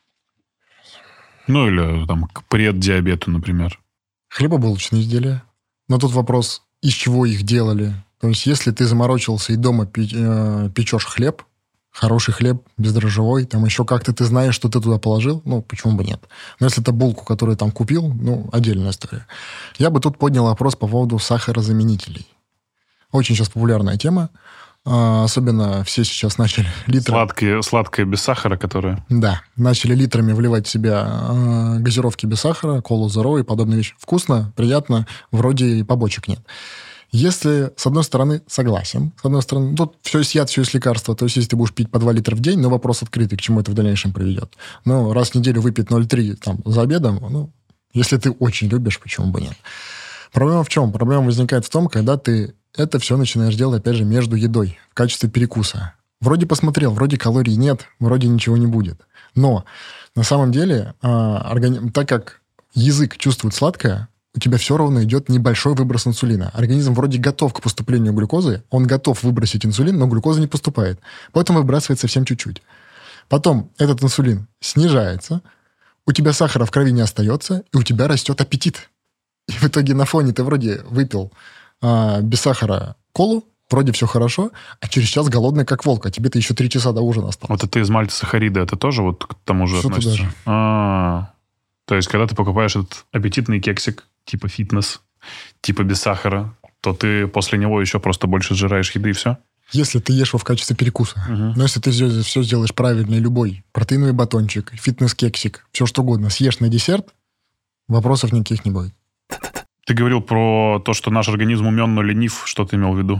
Ну, или там к преддиабету, например. Хлебобулочные изделия. Но тут вопрос, из чего их делали. То есть, если ты заморочился и дома печешь хлеб, хороший хлеб, бездрожжевой, там еще как-то ты знаешь, что ты туда положил, ну, почему бы нет. Но если это булку, которую там купил, ну, отдельная история. Я бы тут поднял вопрос по поводу сахарозаменителей. Очень сейчас популярная тема. Особенно все сейчас начали Сладкое без сахара, которое... Да, начали литрами вливать в себя газировки без сахара, колу Zero и подобные вещи. Вкусно, приятно, вроде и побочек нет. Если, с одной стороны, согласен, с одной стороны, тут все есть яд, все есть лекарство. То есть, если ты будешь пить по 2 литра в день, но вопрос открытый, к чему это в дальнейшем приведет. Но раз в неделю выпить 0,3 там, за обедом, ну, если ты очень любишь, почему бы нет. Проблема в чем? Проблема возникает в том, когда ты это все начинаешь делать, опять же, между едой, в качестве перекуса. Вроде посмотрел, вроде калорий нет, вроде ничего не будет. Но на самом деле, так как язык чувствует сладкое, у тебя все равно идет небольшой выброс инсулина. Организм вроде готов к поступлению глюкозы, он готов выбросить инсулин, но глюкоза не поступает. Поэтому выбрасывает совсем чуть-чуть. Потом этот инсулин снижается, у тебя сахара в крови не остается, и у тебя растет аппетит. И в итоге на фоне ты вроде выпил без сахара колу, вроде все хорошо, а через час голодный как волк, а тебе-то еще 3 часа до ужина осталось. Вот это из мальтосахарида, это тоже вот к тому же Что-то относится? даже. То есть, когда ты покупаешь этот аппетитный кексик, типа фитнес, типа без сахара, то ты после него еще просто больше сжираешь еды и все? Если ты ешь его в качестве перекуса. Но если ты все сделаешь правильно, любой протеиновый батончик, фитнес-кексик, все что угодно, съешь на десерт, вопросов никаких не будет. Ты говорил про то, что наш организм умен, но ленив. Что ты имел в виду?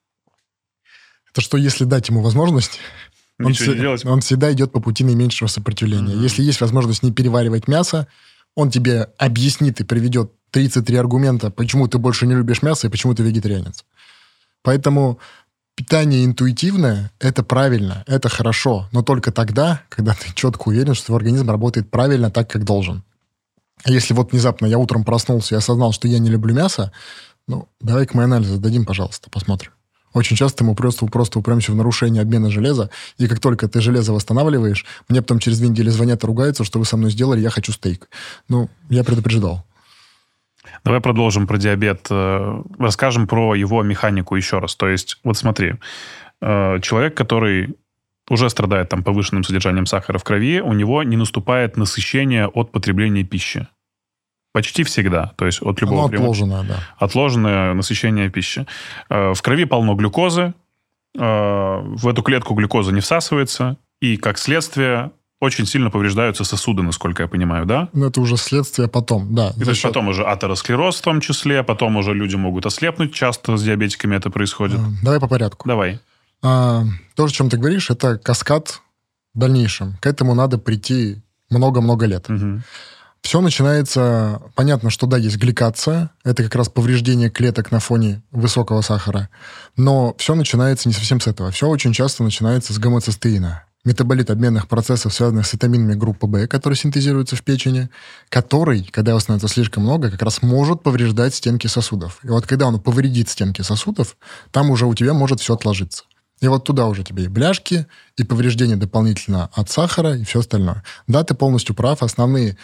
Это что, если дать ему возможность, он всегда идет по пути наименьшего сопротивления. Если есть возможность не переваривать мясо, он тебе объяснит и приведет 33 аргумента, почему ты больше не любишь мясо и почему ты вегетарианец. Поэтому питание интуитивное – это правильно, это хорошо, но только тогда, когда ты четко уверен, что твой организм работает правильно так, как должен. Если вот внезапно я утром проснулся и осознал, что я не люблю мясо, ну, давай-ка мы анализы дадим, пожалуйста, посмотрим. Очень часто мы просто упремся в нарушение обмена железа, и как только ты железо восстанавливаешь, мне потом через 2 недели звонят и ругаются, что вы со мной сделали, я хочу стейк. Ну, я предупреждал. Давай продолжим про диабет. Расскажем про его механику еще раз. То есть, вот смотри, человек, который уже страдает там повышенным содержанием сахара в крови, у него не наступает насыщение от потребления пищи. Почти всегда. То есть от любого отложенное, да. Отложенное насыщение пищи. В крови полно глюкозы. В эту клетку глюкоза не всасывается. И, как следствие, очень сильно повреждаются сосуды, насколько я понимаю, да? Ну, это уже следствие потом, да. И то есть потом уже атеросклероз в том числе, потом уже люди могут ослепнуть. Часто с диабетиками это происходит. Давай по порядку. Давай. То, о чем ты говоришь, это каскад в дальнейшем. К этому надо прийти много-много лет. Угу. Все начинается... Понятно, что да, есть гликация. Это как раз повреждение клеток на фоне высокого сахара. Но все начинается не совсем с этого. Все очень часто начинается с гомоцистеина. Метаболит обменных процессов, связанных с витаминами группы В, которые синтезируются в печени, который, когда его становится слишком много, как раз может повреждать стенки сосудов. И вот когда он повредит стенки сосудов, там уже у тебя может все отложиться. И вот туда уже тебе и бляшки, и повреждения дополнительно от сахара, и все остальное. Да, ты полностью прав. Основные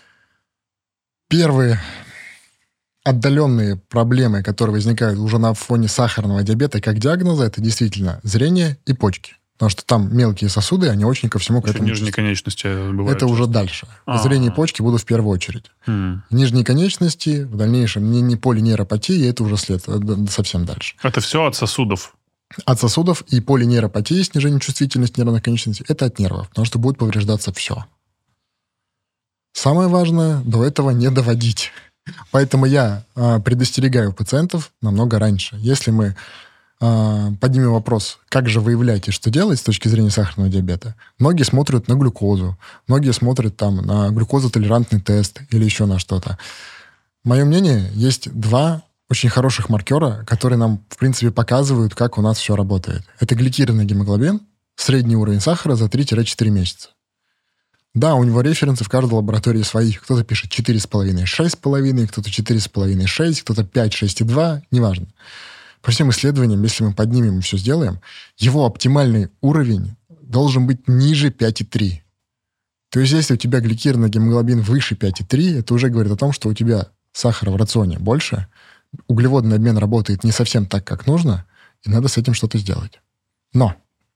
первые отдаленные проблемы, которые возникают уже на фоне сахарного диабета как диагноза, это действительно зрение и почки. Потому что там мелкие сосуды, они очень ко всему к этому... Нижние конечности бывают. Это уже дальше. Зрение и почки будут в первую очередь. Нижние конечности, в дальнейшем не полинейропатия, это уже след совсем дальше. Это все от сосудов? От сосудов и полинейропатия, снижение чувствительности нервных конечностей, это от нервов, потому что будет повреждаться все. Самое важное, до этого не доводить. Поэтому я предостерегаю пациентов намного раньше. Если мы поднимем вопрос, как же выявлять и что делать с точки зрения сахарного диабета, многие смотрят на глюкозу, многие смотрят там на глюкозотолерантный тест или еще на что-то. Мое мнение, есть два очень хороших маркера, которые нам, в принципе, показывают, как у нас все работает. Это гликированный гемоглобин, средний уровень сахара за 3-4 месяца. Да, у него референсы в каждой лаборатории свои. Кто-то пишет 4,5, 6,5, кто-то 4,5, 6, кто-то 5, 6,2, неважно. По всем исследованиям, если мы поднимем и все сделаем, его оптимальный уровень должен быть ниже 5,3. То есть, если у тебя гликированный гемоглобин выше 5,3, это уже говорит о том, что у тебя сахара в рационе больше, углеводный обмен работает не совсем так, как нужно, и надо с этим что-то сделать. Но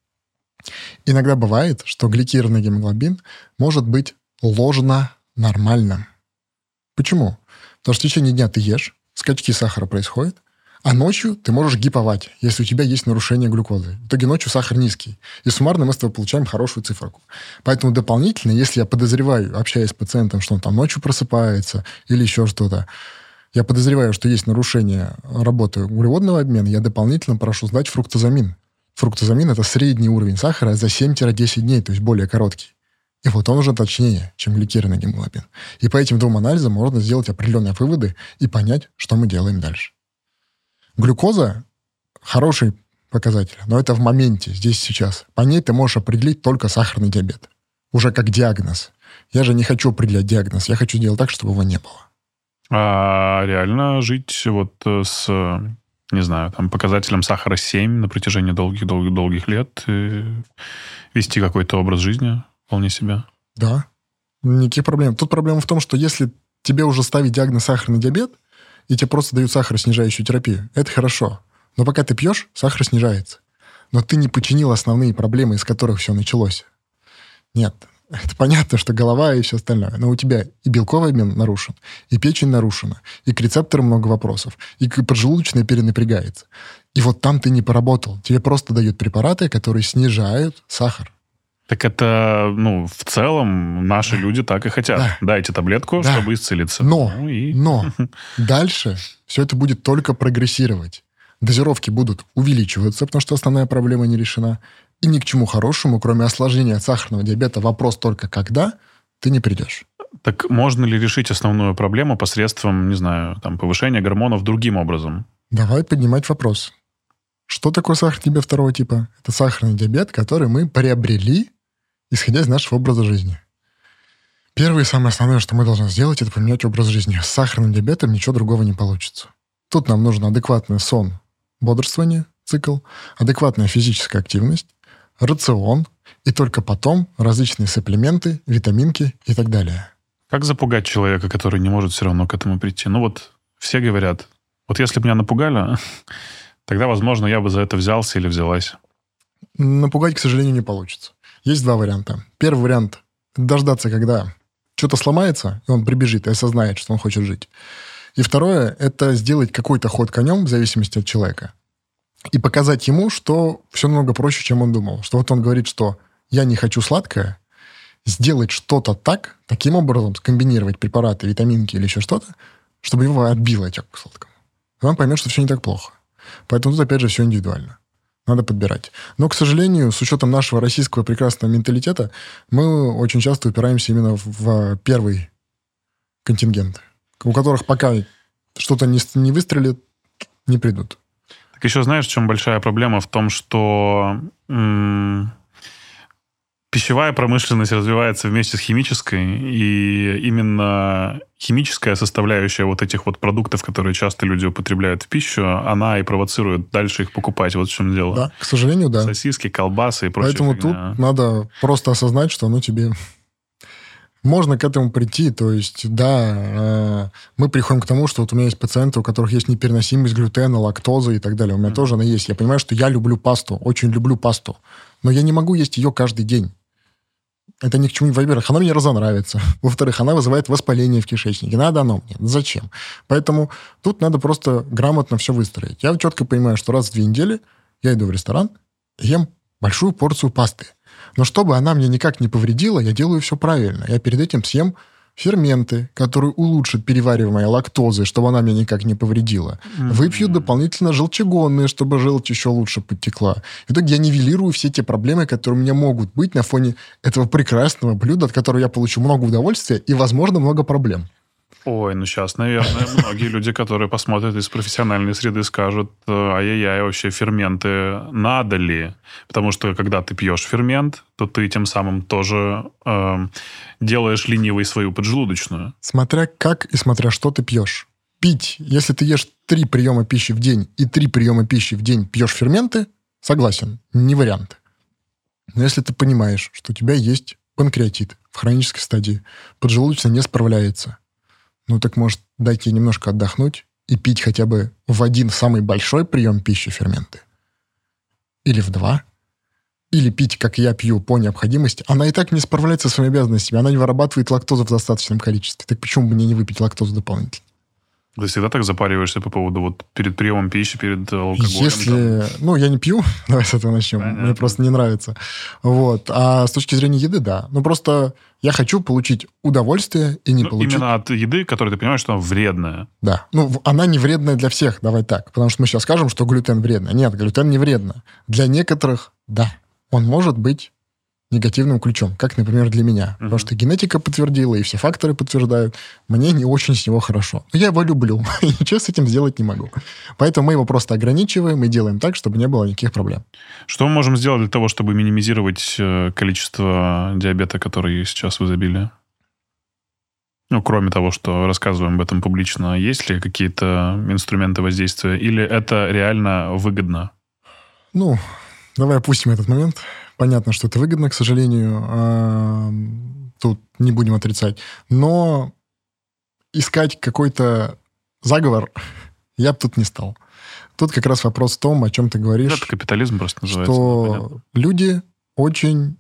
иногда бывает, что гликированный гемоглобин может быть ложно нормальным. Почему? Потому что в течение дня ты ешь, скачки сахара происходят, а ночью ты можешь гиповать, если у тебя есть нарушение глюкозы. В итоге ночью сахар низкий. И суммарно мы с тобой получаем хорошую циферку. Поэтому дополнительно, если я подозреваю, общаясь с пациентом, что он там ночью просыпается или еще что-то, я подозреваю, что есть нарушение работы углеводного обмена, я дополнительно прошу сдать фруктозамин. Фруктозамин – это средний уровень сахара за 7-10 дней, то есть более короткий. И вот он уже точнее, чем гликированный гемоглобин. И по этим двум анализам можно сделать определенные выводы и понять, что мы делаем дальше. Глюкоза – хороший показатель, но это в моменте, здесь сейчас. По ней ты можешь определить только сахарный диабет. Уже как диагноз. Я же не хочу определять диагноз, я хочу сделать так, чтобы его не было. А реально жить вот с, не знаю, там, показателем сахара 7 на протяжении долгих лет и вести какой-то образ жизни вполне себе? Да, никаких проблем. Тут проблема в том, что если тебе уже ставить диагноз сахарный диабет, и тебе просто дают сахароснижающую терапию, это хорошо. Но пока ты пьешь, сахар снижается. Но ты не починил основные проблемы, из которых все началось. Нет. Это понятно, что голова и все остальное. Но у тебя и белковый обмен нарушен, и печень нарушена, и к рецепторам много вопросов, и поджелудочная перенапрягается. И вот там ты не поработал. Тебе просто дают препараты, которые снижают сахар. Так это, в целом наши люди так и хотят. Да. Дайте таблетку, Да. чтобы исцелиться. Но дальше все это будет только прогрессировать. Дозировки будут увеличиваться, потому что основная проблема не решена. И ни к чему хорошему, кроме осложнения от сахарного диабета, вопрос только когда, ты не придешь. Так можно ли решить основную проблему посредством, не знаю, повышения гормонов другим образом? Давай поднимать вопрос. Что такое сахарный диабет второго типа? Это сахарный диабет, который мы приобрели, исходя из нашего образа жизни. Первое и самое основное, что мы должны сделать, это поменять образ жизни. С сахарным диабетом ничего другого не получится. Тут нам нужен адекватный сон, бодрствование, цикл, адекватная физическая активность, рацион, и только потом различные сапплементы, витаминки и так далее. Как запугать человека, который не может все равно к этому прийти? Все говорят, если бы меня напугали, тогда, возможно, я бы за это взялся или взялась. Напугать, к сожалению, не получится. Есть два варианта. Первый вариант – дождаться, когда что-то сломается, и он прибежит и осознает, что он хочет жить. И второе – это сделать какой-то ход конем, в зависимости от человека, и показать ему, что все намного проще, чем он думал. Что он говорит, что я не хочу сладкое, сделать что-то таким образом, скомбинировать препараты, витаминки или еще что-то, чтобы его отбило тягу к сладкому. И он поймет, что все не так плохо. Поэтому тут, опять же, все индивидуально. Надо подбирать. Но, к сожалению, с учетом нашего российского прекрасного менталитета, мы очень часто упираемся именно в первый контингент, у которых пока что-то не выстрелит, не придут. Так еще знаешь, в чем большая проблема? В том, что пищевая промышленность развивается вместе с химической, и именно химическая составляющая вот этих продуктов, которые часто люди употребляют в пищу, она и провоцирует дальше их покупать. Вот в чем дело. Да, к сожалению, да. Сосиски, колбасы и прочее. Поэтому тут надо просто осознать, что тебе... Можно к этому прийти, то есть, да, мы приходим к тому, что у меня есть пациенты, у которых есть непереносимость глютена, лактозы и так далее. У меня тоже она есть. Я понимаю, что я люблю пасту, очень люблю пасту, но я не могу есть ее каждый день. Это ни к чему не... Во-первых, она мне разонравится. Во-вторых, она вызывает воспаление в кишечнике. Надо оно мне. Зачем? Поэтому тут надо просто грамотно все выстроить. Я четко понимаю, что раз в 2 недели я иду в ресторан и ем большую порцию пасты. Но чтобы она мне никак не повредила, я делаю все правильно. Я перед этим съем ферменты, которые улучшат переваривание лактозы, чтобы она меня никак не повредила. Выпью дополнительно желчегонные, чтобы желчь еще лучше подтекла. В итоге я нивелирую все те проблемы, которые у меня могут быть на фоне этого прекрасного блюда, от которого я получу много удовольствия и, возможно, много проблем. Ой, ну сейчас, наверное, многие люди, которые посмотрят из профессиональной среды, скажут, ай-яй-яй, вообще ферменты надо ли? Потому что, когда ты пьешь фермент, то ты тем самым тоже делаешь ленивой свою поджелудочную. Смотря как и смотря что ты пьешь. Пить, если ты ешь 3 приема пищи в день и 3 приема пищи в день пьешь ферменты, согласен, не вариант. Но если ты понимаешь, что у тебя есть панкреатит в хронической стадии, поджелудочная не справляется, ну так, может, дать ей немножко отдохнуть и пить хотя бы в 1 самый большой прием пищи ферменты. Или в 2. Или пить, как я пью, по необходимости. Она и так не справляется со своими обязанностями. Она не вырабатывает лактозу в достаточном количестве. Так почему бы мне не выпить лактозу дополнительно? Ты всегда так запариваешься по поводу вот перед приемом пищи, перед алкоголем? Если... Ну, я не пью. Давай с этого начнем. Понятно. Мне просто не нравится. Вот. А с точки зрения еды, да. Ну, просто я хочу получить удовольствие и не получить... Именно от еды, которая ты понимаешь, что она вредная. Да. Ну, она не вредная для всех, давай так. Потому что мы сейчас скажем, что глютен вредно. Нет, глютен не вредно. Для некоторых, да. Он может быть негативным ключом, как, например, для меня. Потому что генетика подтвердила, и все факторы подтверждают. Мне не очень с него хорошо. Но я его люблю, и ничего с этим сделать не могу. Поэтому мы его просто ограничиваем и делаем так, чтобы не было никаких проблем. Что мы можем сделать для того, чтобы минимизировать количество диабета, который сейчас в изобилии? Ну, кроме того, что рассказываем об этом публично, есть ли какие-то инструменты воздействия? Или это реально выгодно? Ну, давай опустим этот момент. Понятно, что это выгодно, к сожалению. Тут не будем отрицать. Но искать какой-то заговор я бы тут не стал. Тут как раз вопрос в том, о чем ты говоришь. Это капитализм просто называется. Что люди очень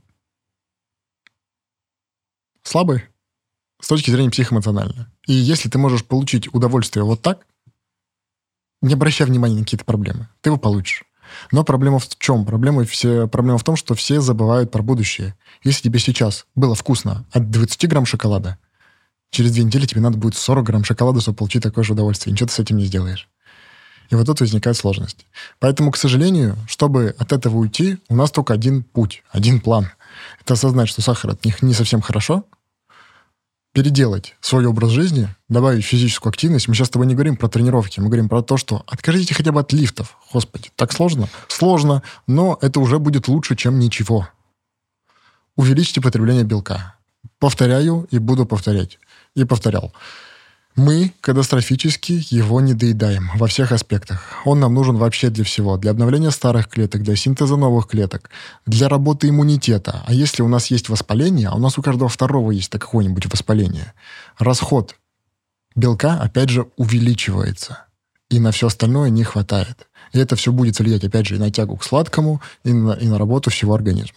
слабые с точки зрения психоэмоциональной. И если ты можешь получить удовольствие вот так, не обращая внимания на какие-то проблемы, ты его получишь. Но проблема в чем? Проблема в том, что все забывают про будущее. Если тебе сейчас было вкусно от 20 грамм шоколада, через 2 недели тебе надо будет 40 грамм шоколада, чтобы получить такое же удовольствие. Ничего ты с этим не сделаешь. И вот тут возникает сложность. Поэтому, к сожалению, чтобы от этого уйти, у нас только один путь, один план. Это осознать, что сахар от них не совсем хорошо, переделать свой образ жизни, добавить физическую активность. Мы сейчас с тобой не говорим про тренировки, мы говорим про то, что откажите хотя бы от лифтов. Господи, так сложно? Сложно, но это уже будет лучше, чем ничего. Увеличьте потребление белка. Повторяю и буду повторять. И повторял. Мы катастрофически его не доедаем во всех аспектах. Он нам нужен вообще для всего. Для обновления старых клеток, для синтеза новых клеток, для работы иммунитета. А если у нас есть воспаление, а у нас у каждого второго есть какое-нибудь воспаление, расход белка, опять же, увеличивается. И на все остальное не хватает. И это все будет влиять, опять же, и на тягу к сладкому, и на работу всего организма.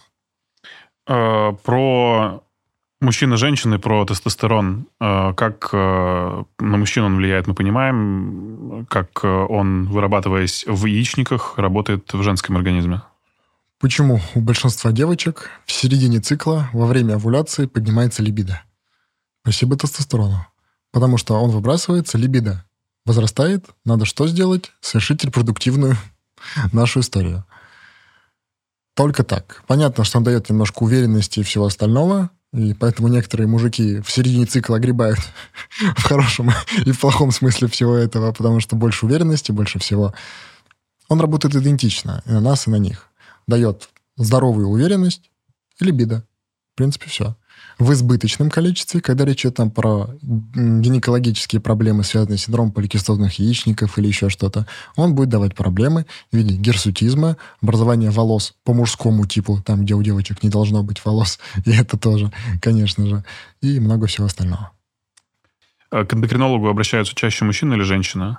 Про мужчин и женщины, про тестостерон. Как на мужчину он влияет, мы понимаем. Как он, вырабатываясь в яичниках, работает в женском организме. Почему у большинства девочек в середине цикла, во время овуляции, поднимается либидо? Спасибо тестостерону. Потому что он выбрасывается, либидо возрастает. Надо что сделать? Совершить репродуктивную нашу историю. Только так. Понятно, что он дает немножко уверенности и всего остального, и поэтому некоторые мужики в середине цикла огребают в хорошем и в плохом смысле всего этого, потому что больше уверенности, больше всего. Он работает идентично и на нас, и на них. Дает здоровую уверенность и либидо. В принципе, все. В избыточном количестве, когда речь идет там про гинекологические проблемы, связанные с синдромом поликистозных яичников или еще что-то, он будет давать проблемы в виде гирсутизма, образования волос по мужскому типу, там, где у девочек не должно быть волос, и это тоже, конечно же, и много всего остального. К эндокринологу обращаются чаще мужчины или женщины?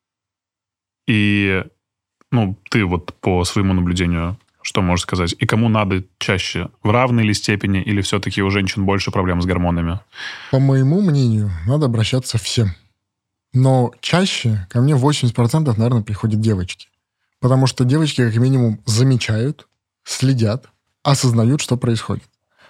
И, ты вот по своему наблюдению... Что можешь сказать? И кому надо чаще? В равной ли степени? Или все-таки у женщин больше проблем с гормонами? По моему мнению, надо обращаться всем. Но чаще ко мне 80%, наверное, приходят девочки. Потому что девочки, как минимум, замечают, следят, осознают, что происходит.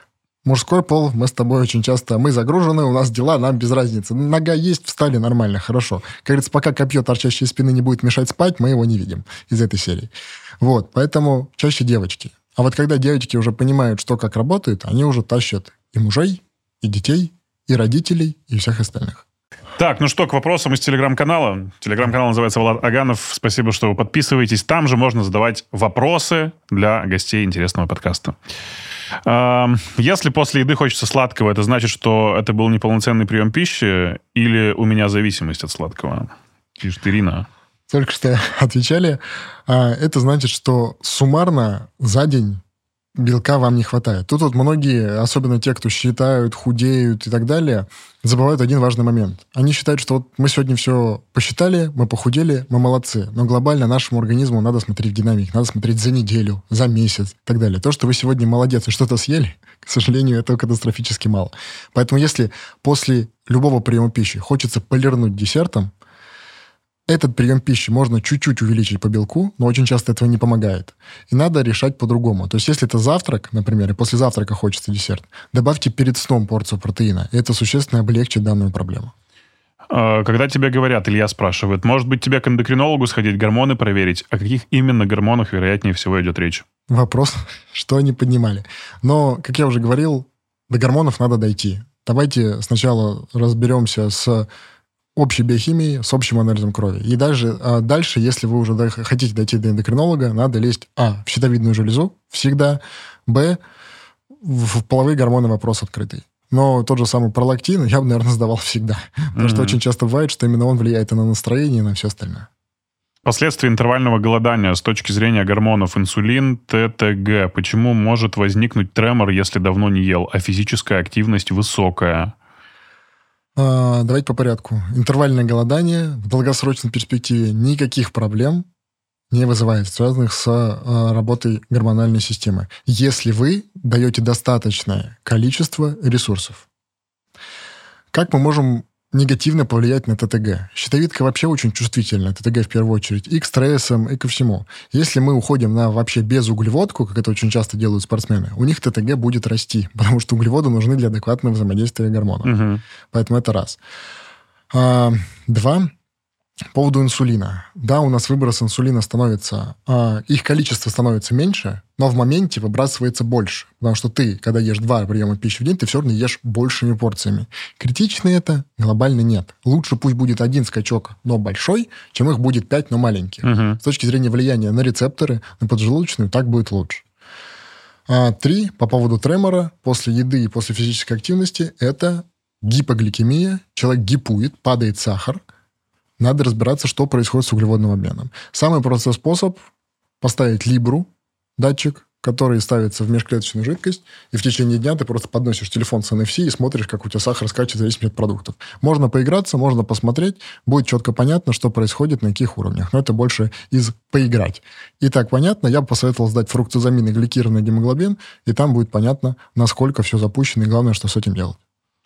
Мужской пол, мы с тобой очень часто, мы загружены, у нас дела, нам без разницы. Нога есть, встали нормально, хорошо. Как говорится, пока копье, торчащее из спины, не будет мешать спать, мы его не видим из этой серии. Вот, поэтому чаще девочки. А вот когда девочки уже понимают, что как работает, они уже тащат и мужей, и детей, и родителей, и всех остальных. Так, ну что, к вопросам из Телеграм-канала. Телеграм-канал называется Влад Аганов. Спасибо, что вы подписываетесь. Там же можно задавать вопросы для гостей интересного подкаста. Если после еды хочется сладкого, это значит, что это был неполноценный прием пищи или у меня зависимость от сладкого? Пишет Ирина. Только что отвечали. Это значит, что суммарно за день белка вам не хватает. Тут вот многие, особенно те, кто считают, худеют и так далее, забывают один важный момент. Они считают, что вот мы сегодня все посчитали, мы похудели, мы молодцы. Но глобально нашему организму надо смотреть в динамик, надо смотреть за неделю, за месяц и так далее. То, что вы сегодня молодец и что-то съели, к сожалению, этого катастрофически мало. Поэтому если после любого приема пищи хочется полирнуть десертом, этот прием пищи можно чуть-чуть увеличить по белку, но очень часто этого не помогает. И надо решать по-другому. То есть, если это завтрак, например, и после завтрака хочется десерт, добавьте перед сном порцию протеина. И это существенно облегчит данную проблему. Когда тебе говорят, Илья спрашивает, может быть, тебе к эндокринологу сходить, гормоны проверить? О каких именно гормонах, вероятнее всего, идет речь? Вопрос, что они поднимали. Но, как я уже говорил, до гормонов надо дойти. Давайте сначала разберемся с общей биохимией, с общим анализом крови. И дальше, если вы уже хотите дойти до эндокринолога, надо лезть, в щитовидную железу всегда, в половые гормоны вопрос открытый. Но тот же самый пролактин я бы, наверное, сдавал всегда. Потому что очень часто бывает, что именно он влияет и на настроение, и на все остальное. Последствия интервального голодания с точки зрения гормонов инсулин, ТТГ. Почему может возникнуть тремор, если давно не ел, а физическая активность высокая? Давайте по порядку. Интервальное голодание в долгосрочной перспективе никаких проблем не вызывает, связанных с работой гормональной системы, если вы даете достаточное количество ресурсов. Как мы можем негативно повлиять на ТТГ? Щитовидка вообще очень чувствительна, ТТГ в первую очередь, и к стрессам, и ко всему. Если мы уходим на вообще безуглеводку, как это очень часто делают спортсмены, у них ТТГ будет расти, потому что углеводы нужны для адекватного взаимодействия гормонов. Угу. Поэтому это раз. 2. По поводу инсулина. Да, у нас выброс инсулина становится... их количество становится меньше, но в моменте выбрасывается больше. Потому что ты, когда ешь 2 приема пищи в день, ты все равно ешь большими порциями. Критично это? Глобально нет. Лучше пусть будет 1 скачок, но большой, чем их будет 5, но маленьких. С точки зрения влияния на рецепторы, на поджелудочную, так будет лучше. 3. По поводу тремора. После еды и после физической активности это гипогликемия. Человек гипует, падает сахар. Надо разбираться, что происходит с углеводным обменом. Самый простой способ – поставить Либру, датчик, который ставится в межклеточную жидкость, и в течение дня ты просто подносишь телефон с NFC и смотришь, как у тебя сахар скачет в зависимости от продуктов. Можно поиграться, можно посмотреть, будет четко понятно, что происходит, на каких уровнях. Но это больше из поиграть. И так понятно, я бы посоветовал сдать фруктозамин и гликированный гемоглобин, и там будет понятно, насколько все запущено, и главное, что с этим делать.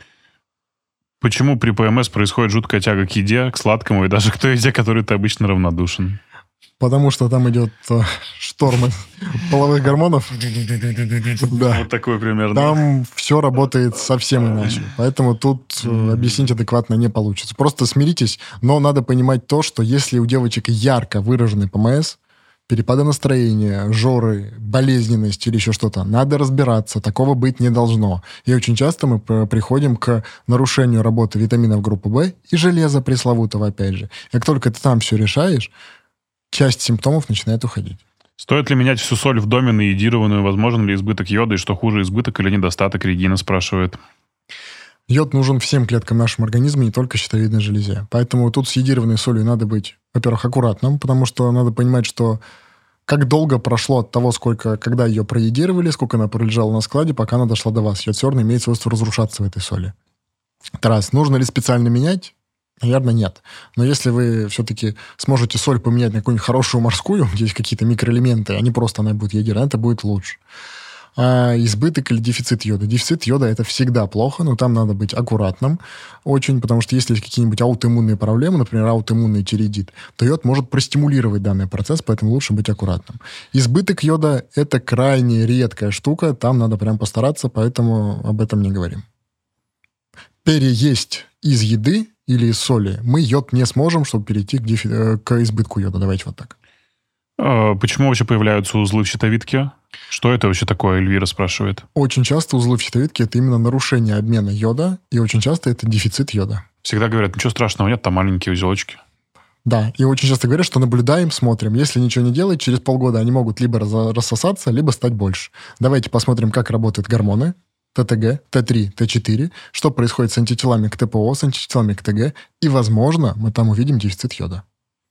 Почему при ПМС происходит жуткая тяга к еде, к сладкому и даже к той еде, которой ты обычно равнодушен? Потому что там идет шторм половых гормонов. Да. Вот такой примерно. Там все работает совсем иначе. Поэтому тут объяснить адекватно не получится. Просто смиритесь, но надо понимать то, что если у девочек ярко выраженный ПМС, перепады настроения, жоры, болезненность или еще что-то, надо разбираться. Такого быть не должно. И очень часто мы приходим к нарушению работы витаминов группы В и железа пресловутого, опять же. Как только ты там все решаешь, часть симптомов начинает уходить. Стоит ли менять всю соль в доме на йодированную? Возможен ли избыток йода? И что хуже, избыток или недостаток? Регина спрашивает. Йод нужен всем клеткам нашего организма, не только щитовидной железе. Поэтому тут с йодированной солью надо быть, во-первых, аккуратным, потому что надо понимать, что как долго прошло от того, когда ее проедировали, сколько она пролежала на складе, пока она дошла до вас. Йод все равно имеет свойство разрушаться в этой соли. Это раз. Нужно ли специально менять? Наверное, нет. Но если вы все-таки сможете соль поменять на какую-нибудь хорошую морскую, где есть какие-то микроэлементы, а не просто она будет йодированная, это будет лучше. А избыток или дефицит йода? Дефицит йода – это всегда плохо, но там надо быть аккуратным очень, потому что если есть какие-нибудь аутоиммунные проблемы, например, аутоиммунный тиреидит, то йод может простимулировать данный процесс, поэтому лучше быть аккуратным. Избыток йода – это крайне редкая штука, там надо прям постараться, поэтому об этом не говорим. Переесть из еды или из соли мы йод не сможем, чтобы перейти к избытку йода. Давайте вот так. Почему вообще появляются узлы в щитовидке? Что это вообще такое, Эльвира спрашивает. Очень часто узлы в щитовидке – это именно нарушение обмена йода, и очень часто это дефицит йода. Всегда говорят, ничего страшного нет, там маленькие узелочки. Да, и очень часто говорят, что наблюдаем, смотрим. Если ничего не делать, через полгода они могут либо рассосаться, либо стать больше. Давайте посмотрим, как работают гормоны. ТТГ, Т3, Т4, что происходит с антителами к ТПО, с антителами к ТГ, и, возможно, мы там увидим дефицит йода.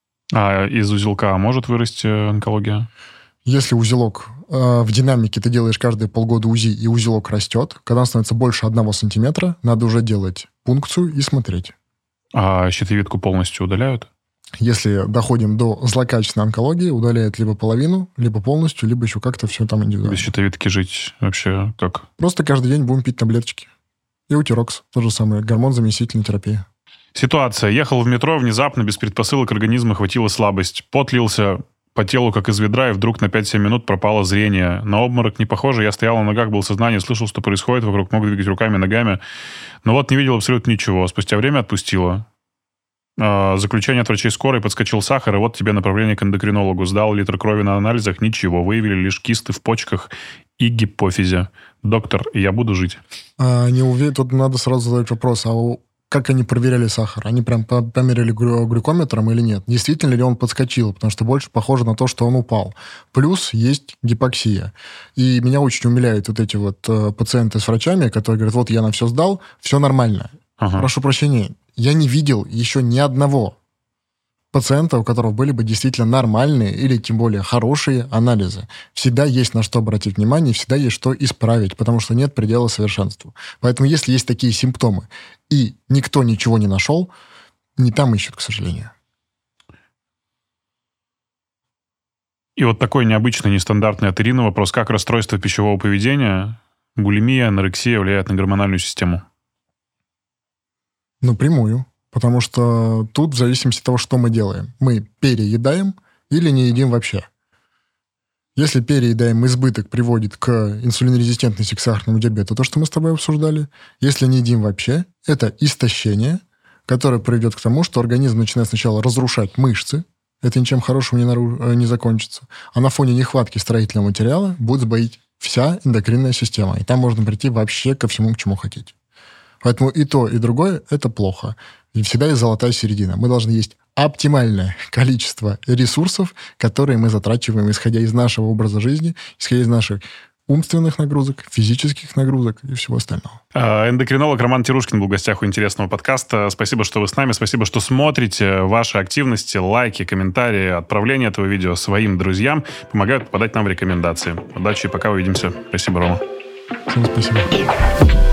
А из узелка может вырасти онкология? Если узелок в динамике, ты делаешь каждые полгода УЗИ, и узелок растет, когда он становится больше 1 сантиметра, надо уже делать пункцию и смотреть. А щитовидку полностью удаляют? Если доходим до злокачественной онкологии, удаляют либо половину, либо полностью, либо еще как-то все там индивидуально. Без щитовидки жить вообще как? Просто каждый день будем пить таблеточки. Эутирокс, то же самое, гормон-заместительная терапия. Ситуация. Ехал в метро, внезапно, без предпосылок организма хватила слабость. Пот лился по телу, как из ведра, и вдруг на 5-7 минут пропало зрение. На обморок не похоже, я стоял на ногах, был в сознании, слышал, что происходит вокруг, мог двигать руками, ногами. Но вот не видел абсолютно ничего. Спустя время отпустило. Заключение от врачей скорой, подскочил сахар, и вот тебе направление к эндокринологу. Сдал литр крови на анализах, ничего. Выявили лишь кисты в почках и гипофизе. Доктор, я буду жить. Не уверен, тут надо сразу задать вопрос, как они проверяли сахар? Они прям померили глюкометром или нет? Действительно ли он подскочил? Потому что больше похоже на то, что он упал. Плюс есть гипоксия. И меня очень умиляют вот эти вот пациенты с врачами, которые говорят, вот я на все сдал, все нормально. Ага. Прошу прощения, я не видел еще ни одного пациента, у которого были бы действительно нормальные или тем более хорошие анализы. Всегда есть на что обратить внимание, всегда есть что исправить, потому что нет предела совершенству. Поэтому если есть такие симптомы, и никто ничего не нашел, не там ищут, к сожалению. И вот такой необычный, нестандартный от Ирины вопрос. Как расстройство пищевого поведения, булимия, анорексия влияет на гормональную систему? Напрямую. Потому что тут в зависимости от того, что мы делаем. Мы переедаем или не едим вообще. Если переедаем, избыток приводит к инсулинорезистентности, к сахарному диабету, то, что мы с тобой обсуждали. Если не едим вообще, это истощение, которое приведет к тому, что организм начинает сначала разрушать мышцы. Это ничем хорошим не закончится. А на фоне нехватки строительного материала будет сбоить вся эндокринная система. И там можно прийти вообще ко всему, к чему хотите. Поэтому и то, и другое – это плохо. И всегда есть золотая середина. Мы должны есть оптимальное количество ресурсов, которые мы затрачиваем, исходя из нашего образа жизни, исходя из наших умственных нагрузок, физических нагрузок и всего остального. Эндокринолог Роман Тирушкин был в гостях у интересного подкаста. Спасибо, что вы с нами. Спасибо, что смотрите. Ваши активности, лайки, комментарии, отправление этого видео своим друзьям помогают попадать нам в рекомендации. Удачи и пока увидимся. Спасибо, Рома. Всем спасибо.